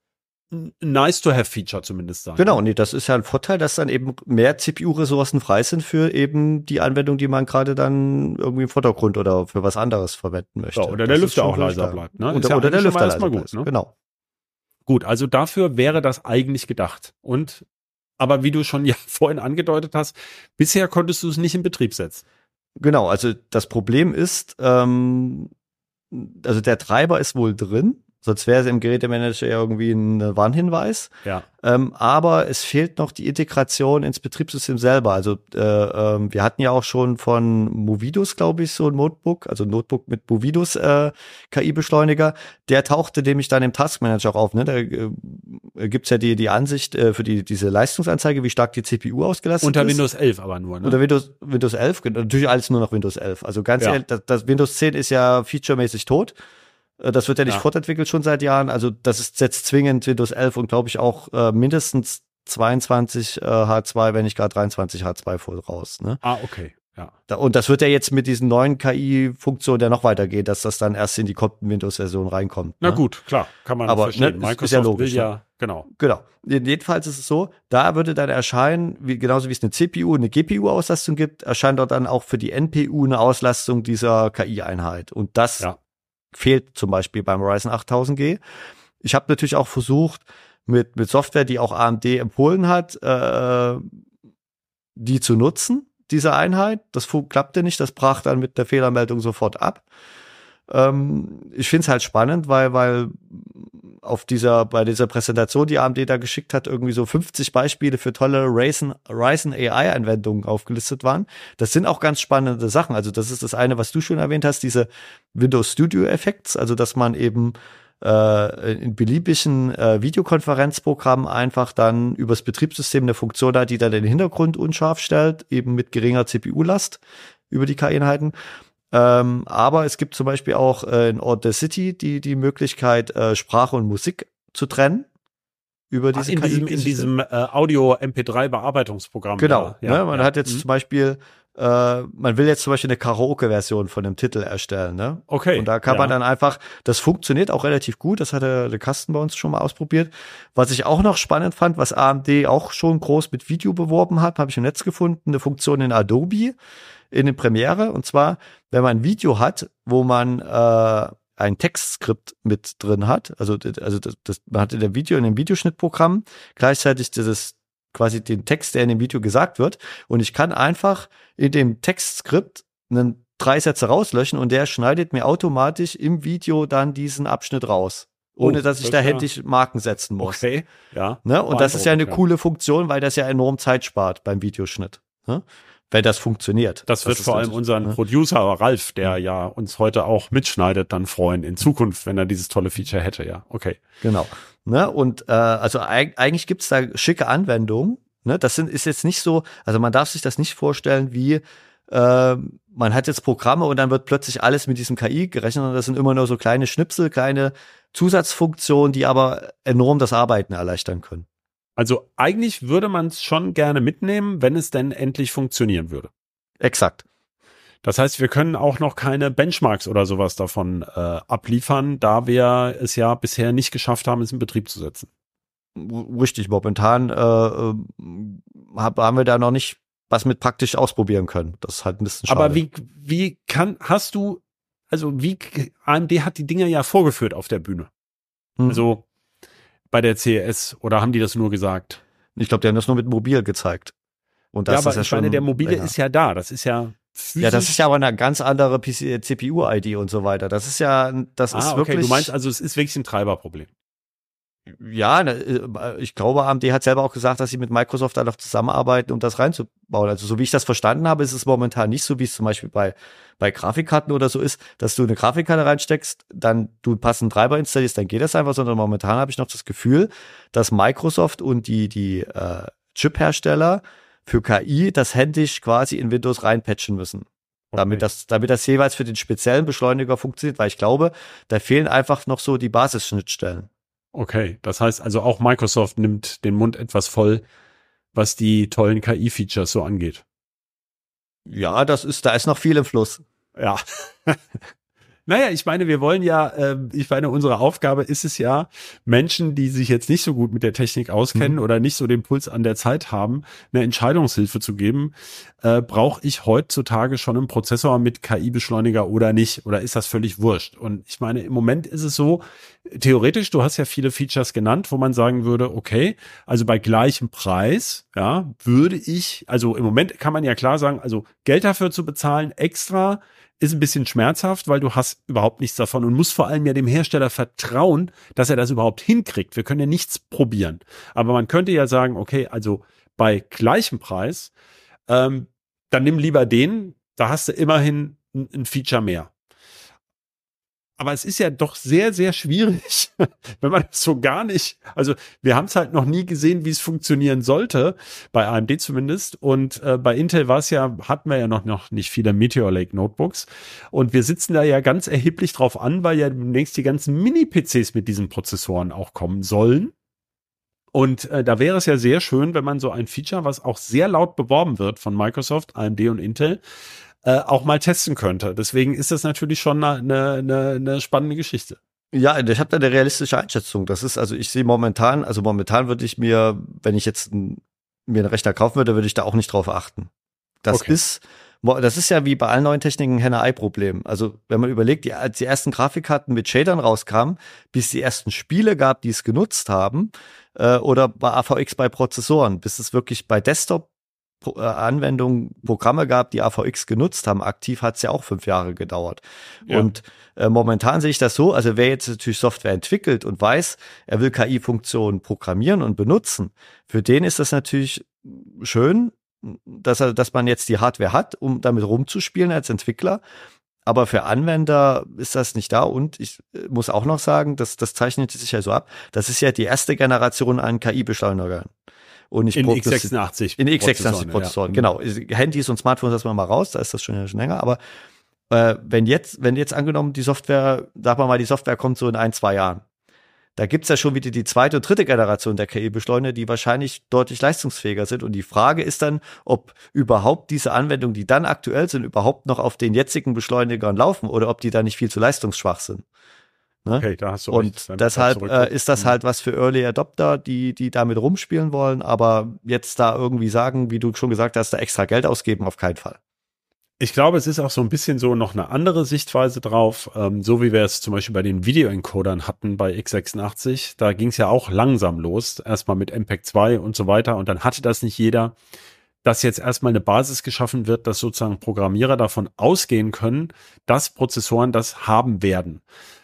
ein Nice-to-have-Feature zumindest sein. Genau, nee, das ist ja ein Vorteil, dass dann eben mehr CPU-Ressourcen frei sind für eben die Anwendung, die man gerade dann irgendwie im Vordergrund oder für was anderes verwenden möchte. Ja, oder der Lüfter auch leiser bleibt. Ne? Oder der Lüfter leiser bleibt. Ne? Genau. Gut, also dafür wäre das eigentlich gedacht. Aber wie du schon ja vorhin angedeutet hast, bisher konntest du es nicht in Betrieb setzen. Genau, also das Problem ist, also der Treiber ist wohl drin, sonst wäre es im Gerätemanager ja irgendwie ein Warnhinweis. Ja. Aber es fehlt noch die Integration ins Betriebssystem selber. Also wir hatten ja auch schon von Movidus, glaube ich, so ein Notebook, also ein Notebook mit Movidus KI-Beschleuniger. Der tauchte nämlich dann im Taskmanager auch auf. Ne? Da gibt's ja die Ansicht für diese Leistungsanzeige, wie stark die CPU ausgelastet Unter ist. Windows 11 aber nur. Ne? Unter Windows 11, natürlich alles nur noch Windows 11. Also ganz ehrlich, das Windows 10 ist ja featuremäßig tot. Das wird ja nicht fortentwickelt schon seit Jahren. Also das ist jetzt zwingend Windows 11 und glaube ich auch mindestens 22 H2, wenn nicht gar 23 H2 voll raus. Ne? Ah, okay. Ja. Und das wird ja jetzt mit diesen neuen KI-Funktionen ja noch weitergehen, dass das dann erst in die kommenden Windows-Version reinkommt. Na ne? gut, klar, kann man Aber verstehen. Ne, Microsoft ist ja logisch, will ja, genau. Genau. Jedenfalls ist es so, da würde dann erscheinen, genauso wie es eine CPU, eine GPU-Auslastung gibt, erscheint dort dann auch für die NPU eine Auslastung dieser KI-Einheit. Und das fehlt zum Beispiel beim Ryzen 8000G. Ich habe natürlich auch versucht, mit Software, die auch AMD empfohlen hat, die zu nutzen, diese Einheit. Das klappte nicht, das brach dann mit der Fehlermeldung sofort ab. Ich finde es halt spannend, weil bei dieser Präsentation, die AMD da geschickt hat, irgendwie so 50 Beispiele für tolle Ryzen AI-Anwendungen aufgelistet waren. Das sind auch ganz spannende Sachen. Also das ist das eine, was du schon erwähnt hast, diese Windows Studio Effects, also dass man eben in beliebigen Videokonferenzprogrammen einfach dann übers Betriebssystem eine Funktion hat, die dann den Hintergrund unscharf stellt, eben mit geringer CPU-Last über die KI-Einheiten. Aber es gibt zum Beispiel auch in Audacity die Möglichkeit, Sprache und Musik zu trennen über diese in diesem Audio-MP3-Bearbeitungsprogramm. Genau. Ja, man hat jetzt zum Beispiel man will jetzt zum Beispiel eine Karaoke-Version von einem Titel erstellen, ne? Okay. Und da kann man dann einfach, das funktioniert auch relativ gut, das hat der Carsten bei uns schon mal ausprobiert. Was ich auch noch spannend fand, was AMD auch schon groß mit Video beworben hat, habe ich im Netz gefunden, eine Funktion in Adobe, in den Premiere, und zwar, wenn man ein Video hat, wo man ein Textskript mit drin hat, also man hat in dem Videoschnittprogramm gleichzeitig quasi den Text, der in dem Video gesagt wird, und ich kann einfach in dem Textskript 3 Sätze rauslöschen und der schneidet mir automatisch im Video dann diesen Abschnitt raus, ohne dass ich da händisch Marken setzen muss. Okay, ja. Ne? Und das ist ja eine coole Funktion, weil das ja enorm Zeit spart beim Videoschnitt. Ne? Wenn das funktioniert. Das wird vor allem unseren Producer Ralf, der ja uns heute auch mitschneidet, dann freuen in Zukunft, wenn er dieses tolle Feature hätte, ja. Okay. Genau. Ne? Und also eigentlich gibt's da schicke Anwendungen. Ne? Ist jetzt nicht so, also man darf sich das nicht vorstellen wie man hat jetzt Programme und dann wird plötzlich alles mit diesem KI gerechnet, sondern das sind immer nur so kleine Schnipsel, kleine Zusatzfunktionen, die aber enorm das Arbeiten erleichtern können. Also eigentlich würde man es schon gerne mitnehmen, wenn es denn endlich funktionieren würde. Exakt. Das heißt, wir können auch noch keine Benchmarks oder sowas davon abliefern, da wir es ja bisher nicht geschafft haben, es in Betrieb zu setzen. Richtig, momentan haben wir da noch nicht was mit praktisch ausprobieren können. Das ist halt ein bisschen schade. Aber AMD hat die Dinger ja vorgeführt auf der Bühne. Also bei der CES, oder haben die das nur gesagt? Ich glaube, die haben das nur mit Mobil gezeigt. Und das aber ich meine, der Mobile ist ja da. Das ist ja physisch. Ja, das ist ja aber eine ganz andere CPU-ID und so weiter. Das ist wirklich. Du meinst also, es ist wirklich ein Treiberproblem. Ja, ich glaube, AMD hat selber auch gesagt, dass sie mit Microsoft da noch zusammenarbeiten, um das reinzubauen. Also so wie ich das verstanden habe, ist es momentan nicht so, wie es zum Beispiel bei Grafikkarten oder so ist, dass du eine Grafikkarte reinsteckst, dann du einen passenden Treiber installierst, dann geht das einfach, sondern momentan habe ich noch das Gefühl, dass Microsoft und die Chip-Hersteller für KI das händisch quasi in Windows reinpatchen müssen. Okay. Damit das jeweils für den speziellen Beschleuniger funktioniert, weil ich glaube, da fehlen einfach noch so die Basisschnittstellen. Okay, das heißt also auch Microsoft nimmt den Mund etwas voll, was die tollen KI-Features so angeht. Ja, da ist noch viel im Fluss. Ja. Naja, ich meine, wir wollen ja, unsere Aufgabe ist es ja, Menschen, die sich jetzt nicht so gut mit der Technik auskennen oder nicht so den Puls an der Zeit haben, eine Entscheidungshilfe zu geben. Brauche ich heutzutage schon einen Prozessor mit KI-Beschleuniger oder nicht? Oder ist das völlig wurscht? Und ich meine, im Moment ist es so, theoretisch, du hast ja viele Features genannt, wo man sagen würde, okay, also bei gleichem Preis, ja, würde ich, also im Moment kann man ja klar sagen, also Geld dafür zu bezahlen extra ist ein bisschen schmerzhaft, weil du hast überhaupt nichts davon und musst vor allem ja dem Hersteller vertrauen, dass er das überhaupt hinkriegt. Wir können ja nichts probieren. Aber man könnte ja sagen, okay, also bei gleichem Preis, dann nimm lieber den, da hast du immerhin ein Feature mehr. Aber es ist ja doch sehr, sehr schwierig, wenn man das so gar nicht, also wir haben es halt noch nie gesehen, wie es funktionieren sollte, bei AMD zumindest. Und bei Intel hatten wir ja noch nicht viele Meteor Lake Notebooks. Und wir sitzen da ja ganz erheblich drauf an, weil ja demnächst die ganzen Mini-PCs mit diesen Prozessoren auch kommen sollen. Und da wäre es ja sehr schön, wenn man so ein Feature, was auch sehr laut beworben wird von Microsoft, AMD und Intel, auch mal testen könnte. Deswegen ist das natürlich schon eine spannende Geschichte. Ja, ich habe da eine realistische Einschätzung. Das ist, also ich sehe momentan würde ich mir, wenn ich jetzt mir einen Rechner kaufen würde ich da auch nicht drauf achten. Das ist ja wie bei allen neuen Techniken ein Henne-Ei-Problem. Also wenn man überlegt, als die ersten Grafikkarten mit Shadern rauskamen, bis es die ersten Spiele gab, die es genutzt haben, oder bei AVX bei Prozessoren, bis es wirklich bei Desktop-Anwendungen Programme gab, die AVX genutzt haben, aktiv hat es ja auch 5 Jahre gedauert. Ja. Und momentan sehe ich das so, also wer jetzt natürlich Software entwickelt und weiß, er will KI-Funktionen programmieren und benutzen, für den ist das natürlich schön, dass man jetzt die Hardware hat, um damit rumzuspielen als Entwickler. Aber für Anwender ist das nicht da. Und ich muss auch noch sagen, das zeichnet sich ja so ab, das ist ja die erste Generation an KI-Beschleunigern. Und ich in x86. In x86-Prozessoren, ja. Genau. Handys und Smartphones lassen wir mal raus, da ist das schon länger. Aber wenn jetzt angenommen die Software, sagen wir mal, die Software kommt so in 1-2 Jahren, da gibt's ja schon wieder die 2. und 3. Generation der KI-Beschleuniger, die wahrscheinlich deutlich leistungsfähiger sind. Und die Frage ist dann, ob überhaupt diese Anwendungen, die dann aktuell sind, überhaupt noch auf den jetzigen Beschleunigern laufen oder ob die da nicht viel zu leistungsschwach sind. Ne? Okay, da hast du recht. Und deshalb ist das halt was für Early Adopter, die damit rumspielen wollen. Aber jetzt da irgendwie sagen, wie du schon gesagt hast, da extra Geld ausgeben, auf keinen Fall. Ich glaube, es ist auch so ein bisschen so noch eine andere Sichtweise drauf, so wie wir es zum Beispiel bei den Videoencodern hatten bei x86. Da ging es ja auch langsam los, erstmal mit MPEG 2 und so weiter. Und dann hatte das nicht jeder, dass jetzt erstmal eine Basis geschaffen wird, dass sozusagen Programmierer davon ausgehen können, dass Prozessoren das haben werden.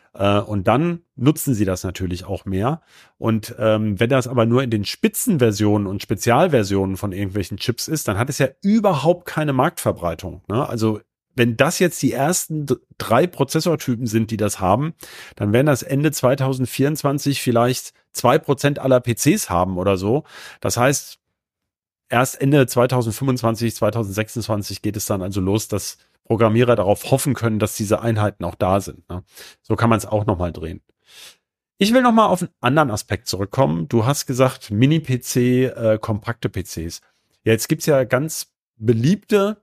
Und dann nutzen sie das natürlich auch mehr. Und wenn das aber nur in den Spitzenversionen und Spezialversionen von irgendwelchen Chips ist, dann hat es ja überhaupt keine Marktverbreitung. Ne? Also wenn das jetzt die ersten 3 Prozessortypen sind, die das haben, dann werden das Ende 2024 vielleicht 2% aller PCs haben oder so. Das heißt, erst Ende 2025, 2026 geht es dann also los, dass Programmierer darauf hoffen können, dass diese Einheiten auch da sind. Ne? So kann man es auch nochmal drehen. Ich will nochmal auf einen anderen Aspekt zurückkommen. Du hast gesagt, Mini-PC, kompakte PCs. Ja, jetzt gibt's ja ganz beliebte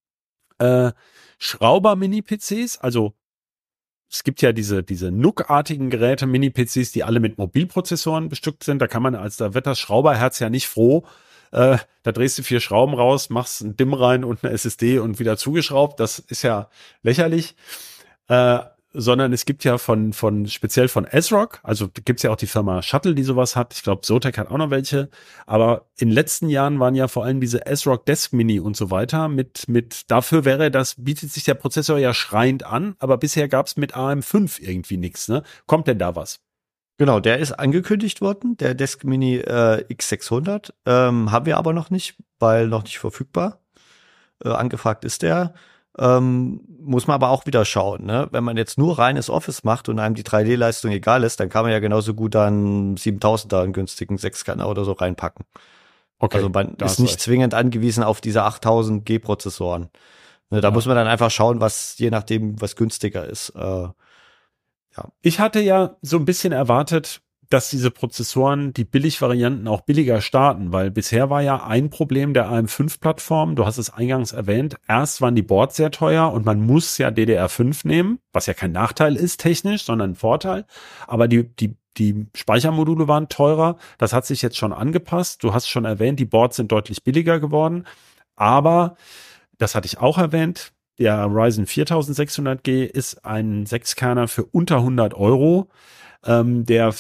Schrauber-Mini-PCs. Also es gibt ja diese NUC-artigen Geräte, Mini-PCs, die alle mit Mobilprozessoren bestückt sind. Da wird das Schrauberherz ja nicht froh. Da drehst du 4 Schrauben raus, machst einen DIMM rein und eine SSD und wieder zugeschraubt. Das ist ja lächerlich. Sondern es gibt ja speziell von ASRock, also gibt's ja auch die Firma Shuttle, die sowas hat. Ich glaube, Zotac hat auch noch welche. Aber in den letzten Jahren waren ja vor allem diese ASRock Desk Mini und so weiter dafür bietet sich der Prozessor ja schreiend an. Aber bisher gab's mit AM5 irgendwie nichts, ne? Kommt denn da was? Genau, der ist angekündigt worden, der Desk Mini X600. Haben wir aber noch nicht, weil noch nicht verfügbar. Angefragt ist der. Muss man aber auch wieder schauen, ne? Wenn man jetzt nur reines Office macht und einem die 3D-Leistung egal ist, dann kann man ja genauso gut dann 7000er einen günstigen 6-Scanner oder so reinpacken. Okay, also man ist nicht zwingend angewiesen auf diese 8000 G-Prozessoren. Ne, da muss man dann einfach schauen, je nachdem, was günstiger ist. Ich hatte ja so ein bisschen erwartet, dass diese Prozessoren, die Billigvarianten auch billiger starten, weil bisher war ja ein Problem der AM5-Plattform, du hast es eingangs erwähnt, erst waren die Boards sehr teuer und man muss ja DDR5 nehmen, was ja kein Nachteil ist technisch, sondern ein Vorteil, aber die Speichermodule waren teurer, das hat sich jetzt schon angepasst, du hast schon erwähnt, die Boards sind deutlich billiger geworden, aber, das hatte ich auch erwähnt, der Ryzen 4600G ist ein 6-Kerner für unter 100 Euro. Der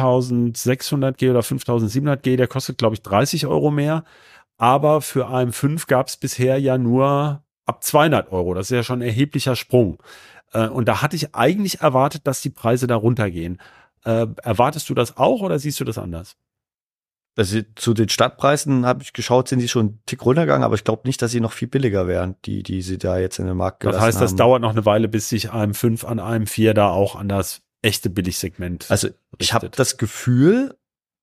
5600G oder 5700G, der kostet, glaube ich, 30 Euro mehr. Aber für AM5 gab es bisher ja nur ab 200 Euro. Das ist ja schon ein erheblicher Sprung. Und da hatte ich eigentlich erwartet, dass die Preise da runtergehen. Erwartest du das auch oder siehst du das anders? Also zu den Stadtpreisen habe ich geschaut, sind die schon einen Tick runtergegangen, aber ich glaube nicht, dass sie noch viel billiger wären, die sie da jetzt in den Markt gelassen haben. Das heißt, das dauert noch eine Weile, bis sich AM5 an AM4 da auch an das echte Billigsegment Also ich habe das Gefühl,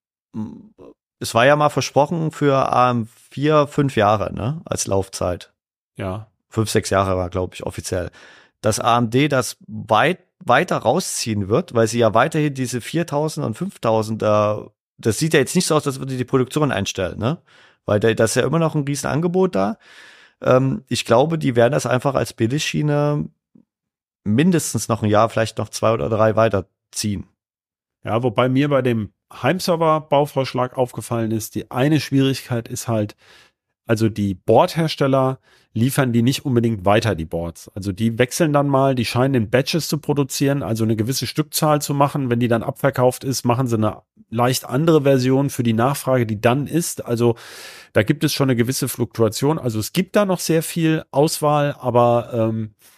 es war ja mal versprochen für AM4 5 Jahre, ne, als Laufzeit. Ja. 5, 6 Jahre war, glaube ich, offiziell. Dass AMD das weiter rausziehen wird, weil sie ja weiterhin diese 4000 und 5000 das sieht ja jetzt nicht so aus, als würde die Produktion einstellen, ne? Weil das ist ja immer noch ein riesen Angebot da. Ich glaube, die werden das einfach als Billigschiene mindestens noch ein Jahr, vielleicht noch 2 oder 3 weiterziehen. Ja, wobei mir bei dem Heimserver-Bauvorschlag aufgefallen ist, die eine Schwierigkeit ist halt, also die Boardhersteller liefern die nicht unbedingt weiter, die Boards. Also die wechseln dann mal, die scheinen in Batches zu produzieren, also eine gewisse Stückzahl zu machen. Wenn die dann abverkauft ist, machen sie eine leicht andere Version für die Nachfrage, die dann ist. Also da gibt es schon eine gewisse Fluktuation. Also es gibt da noch sehr viel Auswahl, aber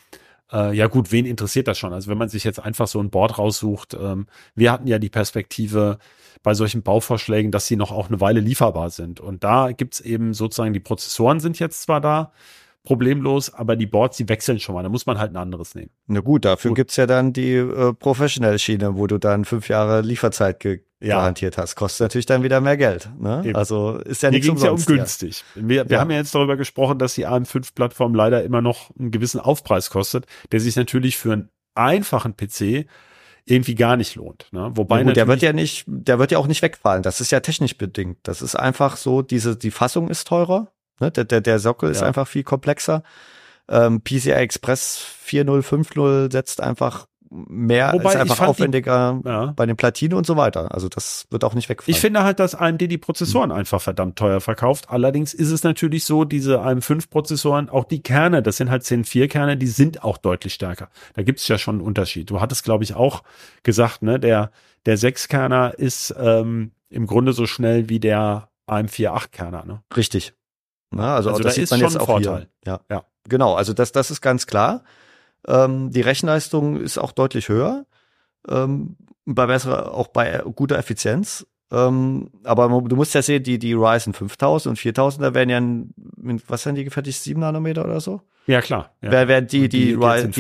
ja gut, wen interessiert das schon? Also wenn man sich jetzt einfach so ein Board raussucht, wir hatten ja die Perspektive bei solchen Bauvorschlägen, dass sie noch auch eine Weile lieferbar sind. Und da gibt's eben sozusagen, die Prozessoren sind jetzt zwar da, problemlos, aber die Boards, die wechseln schon mal. Da muss man halt ein anderes nehmen. Na gut, dafür gibt's ja dann die Professional-Schiene, wo du dann 5 Jahre Lieferzeit garantiert hast. Kostet natürlich dann wieder mehr Geld. Ne? Also ist ja nichts umsonst. Hier ging's ja um günstig. Wir haben ja jetzt darüber gesprochen, dass die AM5-Plattform leider immer noch einen gewissen Aufpreis kostet, der sich natürlich für einen einfachen PC irgendwie gar nicht lohnt. Ne? Wobei der wird ja auch nicht wegfallen. Das ist ja technisch bedingt. Das ist einfach so, die Fassung ist teurer. Ne? Der Sockel ist einfach viel komplexer. PCI Express 4.0, 5.0 setzt einfach mehr, ist einfach aufwendiger bei den Platinen und so weiter. Also das wird auch nicht wegfallen. Ich finde halt, dass AMD die Prozessoren einfach verdammt teuer verkauft. Allerdings ist es natürlich so, diese AM5-Prozessoren, auch die Kerne, das sind halt 10-4-Kerne, die sind auch deutlich stärker. Da gibt es ja schon einen Unterschied. Du hattest, glaube ich, auch gesagt, ne, der 6-Kerner ist im Grunde so schnell wie der AM4-8-Kerner. Ne? Richtig. Na, also das sieht ist man schon jetzt ein auch Vorteil. Hier. Ja, genau. Also das ist ganz klar. Die Rechenleistung ist auch deutlich höher, auch bei guter Effizienz. Aber du musst ja sehen, die Ryzen 5000 und 4000er werden ja, was sind die gefertigt, 7 Nanometer oder so? Ja, klar. Ja. Werden die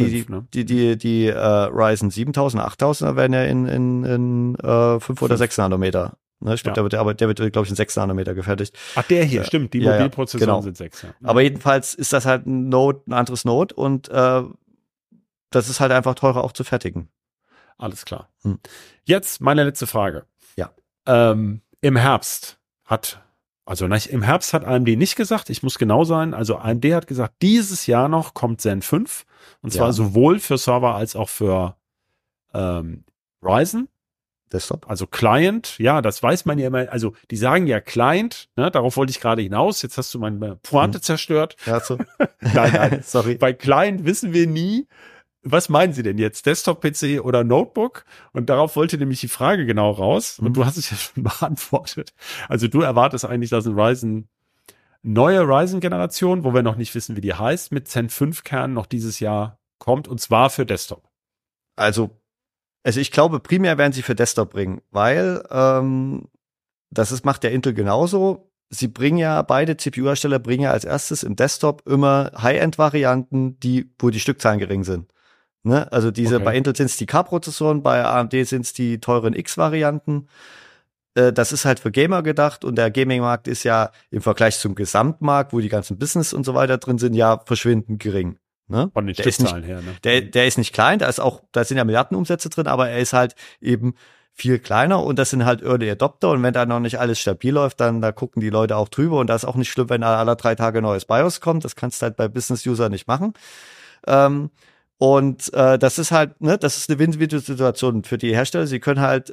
Ryzen 7000, 8000er werden ja in 5 oder 6 Nanometer. Ne, ich glaube, der wird, glaube ich, in 6 Nanometer gefertigt. Ach, der hier, stimmt. Die Mobilprozessoren sind 6. Ja. Aber jedenfalls ist das halt ein anderes Node und das ist halt einfach teurer auch zu fertigen. Alles klar. Jetzt meine letzte Frage. Ja. Im Herbst hat AMD nicht gesagt, ich muss genau sein, also AMD hat gesagt, dieses Jahr noch kommt Zen 5 und zwar sowohl für Server als auch für Ryzen. Desktop. Also Client, ja, das weiß man ja immer, also die sagen ja Client, ne, darauf wollte ich gerade hinaus, jetzt hast du meine Pointe zerstört. Ja, so. Nein, sorry. Bei Client wissen wir nie, was meinen Sie denn jetzt, Desktop-PC oder Notebook? Und darauf wollte nämlich die Frage genau raus und du hast es ja schon beantwortet. Also du erwartest eigentlich, dass ein neue Ryzen-Generation, wo wir noch nicht wissen, wie die heißt, mit Zen 5-Kernen noch dieses Jahr kommt und zwar für Desktop. Also ich glaube, primär werden sie für Desktop bringen, weil macht der Intel genauso. Beide CPU-Hersteller bringen ja als erstes im Desktop immer High-End-Varianten, wo die Stückzahlen gering sind. Ne? Also bei Intel sind es die K-Prozessoren, bei AMD sind es die teuren X-Varianten. Das ist halt für Gamer gedacht und der Gaming-Markt ist ja im Vergleich zum Gesamtmarkt, wo die ganzen Business und so weiter drin sind, ja verschwindend gering. Ne? Von den Stückzahlen her, ne? Der ist nicht klein, da sind ja Milliardenumsätze drin, aber er ist halt eben viel kleiner und das sind halt Early Adopter und wenn da noch nicht alles stabil läuft, dann da gucken die Leute auch drüber und das ist auch nicht schlimm, wenn alle 3 Tage neues BIOS kommt. Das kannst du halt bei Business-User nicht machen. Das ist halt, ne, das ist eine Win-Win-Situation für die Hersteller. Sie können halt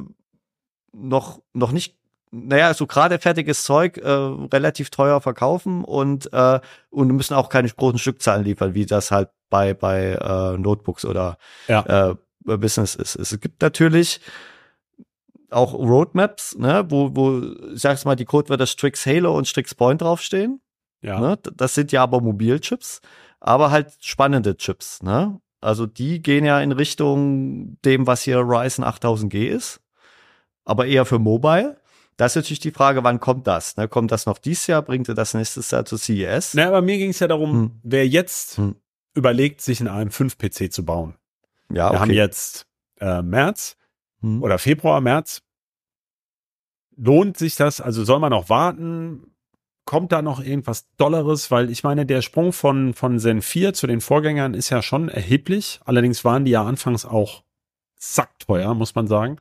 noch nicht, naja, so gerade fertiges Zeug relativ teuer verkaufen und müssen auch keine großen Stückzahlen liefern, wie das halt bei Notebooks oder Business ist. Es gibt natürlich auch Roadmaps, ne, wo sagst mal, die Codewörter Strix Halo und Strix Point draufstehen. Ja. Ne? Das sind ja aber Mobilchips, aber halt spannende Chips, ne? Also die gehen ja in Richtung dem, was hier Ryzen 8000G ist, aber eher für Mobile. Da ist natürlich die Frage, wann kommt das? Ne? Kommt das noch dieses Jahr? Bringt ihr das nächstes Jahr zu CES? Na, aber mir ging es ja darum, wer jetzt überlegt, sich einen AM5-PC zu bauen. Ja, okay. Wir haben jetzt März oder Februar, März. Lohnt sich das? Also soll man noch warten? Kommt da noch irgendwas Dolleres? Weil ich meine, der Sprung von Zen 4 zu den Vorgängern ist ja schon erheblich. Allerdings waren die ja anfangs auch sackteuer, muss man sagen.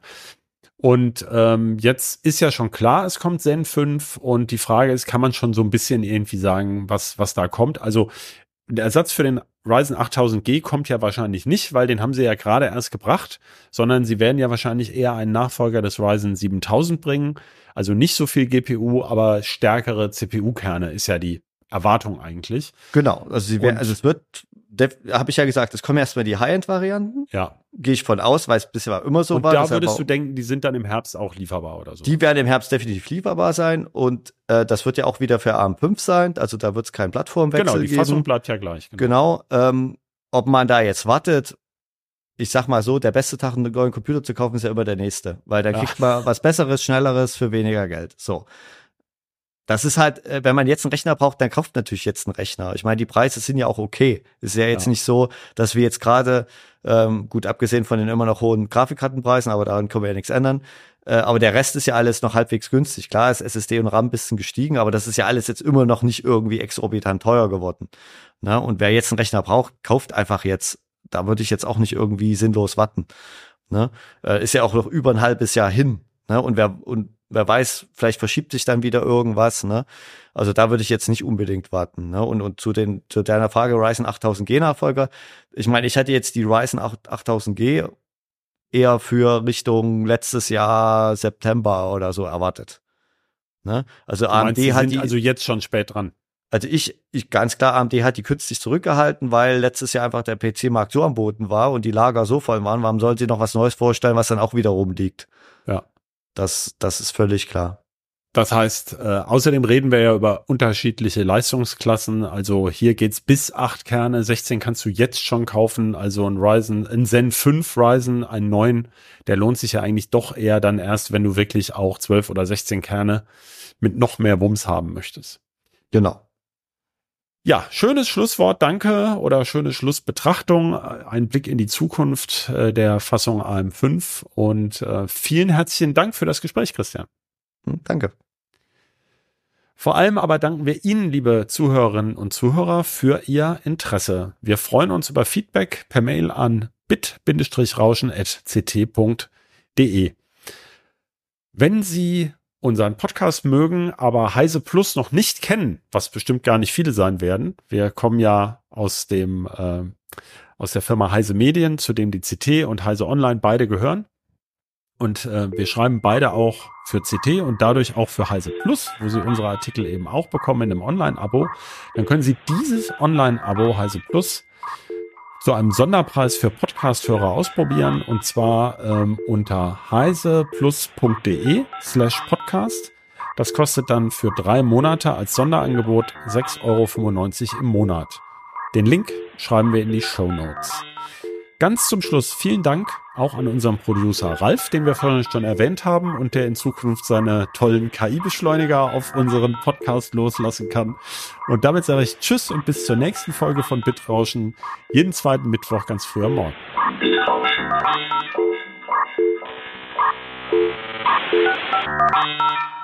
Und jetzt ist ja schon klar, es kommt Zen 5 und die Frage ist, kann man schon so ein bisschen irgendwie sagen, was da kommt? Also der Ersatz für den Ryzen 8000G kommt ja wahrscheinlich nicht, weil den haben sie ja gerade erst gebracht, sondern sie werden ja wahrscheinlich eher einen Nachfolger des Ryzen 7000 bringen. Also nicht so viel GPU, aber stärkere CPU-Kerne ist ja die Erwartung eigentlich. Genau, also es wird, habe ich ja gesagt, es kommen erstmal die High-End-Varianten. Ja. Gehe ich von aus, weil es bisher immer so war. Und da würdest du denken, die sind dann im Herbst auch lieferbar oder so? Die werden im Herbst definitiv lieferbar sein und das wird ja auch wieder für ARM5 sein, also da wird es keinen Plattformwechsel geben. Genau, die Fassung bleibt ja gleich. Genau, ob man da jetzt wartet, ich sag mal so, der beste Tag, einen neuen Computer zu kaufen, ist ja immer der nächste, weil dann kriegt man was Besseres, Schnelleres für weniger Geld. So. Das ist halt, wenn man jetzt einen Rechner braucht, dann kauft natürlich jetzt einen Rechner. Ich meine, die Preise sind ja auch okay. Ist ja jetzt nicht so, dass wir jetzt gerade, gut, abgesehen von den immer noch hohen Grafikkartenpreisen, aber daran können wir ja nichts ändern. Aber der Rest ist ja alles noch halbwegs günstig. Klar ist SSD und RAM ein bisschen gestiegen, aber das ist ja alles jetzt immer noch nicht irgendwie exorbitant teuer geworden. Na, und wer jetzt einen Rechner braucht, kauft einfach jetzt. Da würde ich jetzt auch nicht irgendwie sinnlos warten. Ne? Ist ja auch noch über ein halbes Jahr hin. Ne? Und wer weiß, vielleicht verschiebt sich dann wieder irgendwas. Ne? Also da würde ich jetzt nicht unbedingt warten. Ne? Und zu deiner Frage Ryzen 8000G Nachfolger. Ich meine, ich hatte jetzt die Ryzen 8000G eher für Richtung letztes Jahr September oder so erwartet. Ne? Also du meinst, AMD hat also jetzt schon spät dran. Also ich ganz klar, AMD hat die künstlich zurückgehalten, weil letztes Jahr einfach der PC-Markt so am Boden war und die Lager so voll waren. Warum sollen sie noch was Neues vorstellen, was dann auch wieder rumliegt? Ja. Das ist völlig klar. Das heißt, außerdem reden wir ja über unterschiedliche Leistungsklassen. Also hier geht's bis 8 Kerne, 16 kannst du jetzt schon kaufen. Also ein Zen 5 Ryzen, einen neuen, der lohnt sich ja eigentlich doch eher dann erst, wenn du wirklich auch 12 oder 16 Kerne mit noch mehr Wumms haben möchtest. Genau. Ja, schönes Schlusswort, danke, oder schöne Schlussbetrachtung, ein Blick in die Zukunft der Fassung AM5 und vielen herzlichen Dank für das Gespräch, Christian. Danke. Vor allem aber danken wir Ihnen, liebe Zuhörerinnen und Zuhörer, für Ihr Interesse. Wir freuen uns über Feedback per Mail an bit-rauschen@ct.de. Wenn Sie unseren Podcast mögen, aber Heise Plus noch nicht kennen, was bestimmt gar nicht viele sein werden. Wir kommen ja aus der Firma Heise Medien, zu dem die CT und Heise Online beide gehören. Und wir schreiben beide auch für CT und dadurch auch für Heise Plus, wo Sie unsere Artikel eben auch bekommen in einem Online-Abo. Dann können Sie dieses Online-Abo Heise Plus zu einem Sonderpreis für Podcast-Hörer ausprobieren, und zwar unter heiseplus.de/podcast. Das kostet dann für 3 Monate als Sonderangebot 6,95 € im Monat. Den Link schreiben wir in die Shownotes. Ganz zum Schluss vielen Dank auch an unseren Producer Ralf, den wir vorhin schon erwähnt haben und der in Zukunft seine tollen KI-Beschleuniger auf unseren Podcast loslassen kann. Und damit sage ich Tschüss und bis zur nächsten Folge von Bitrauschen, jeden zweiten Mittwoch ganz früh am Morgen. Bitrauschen.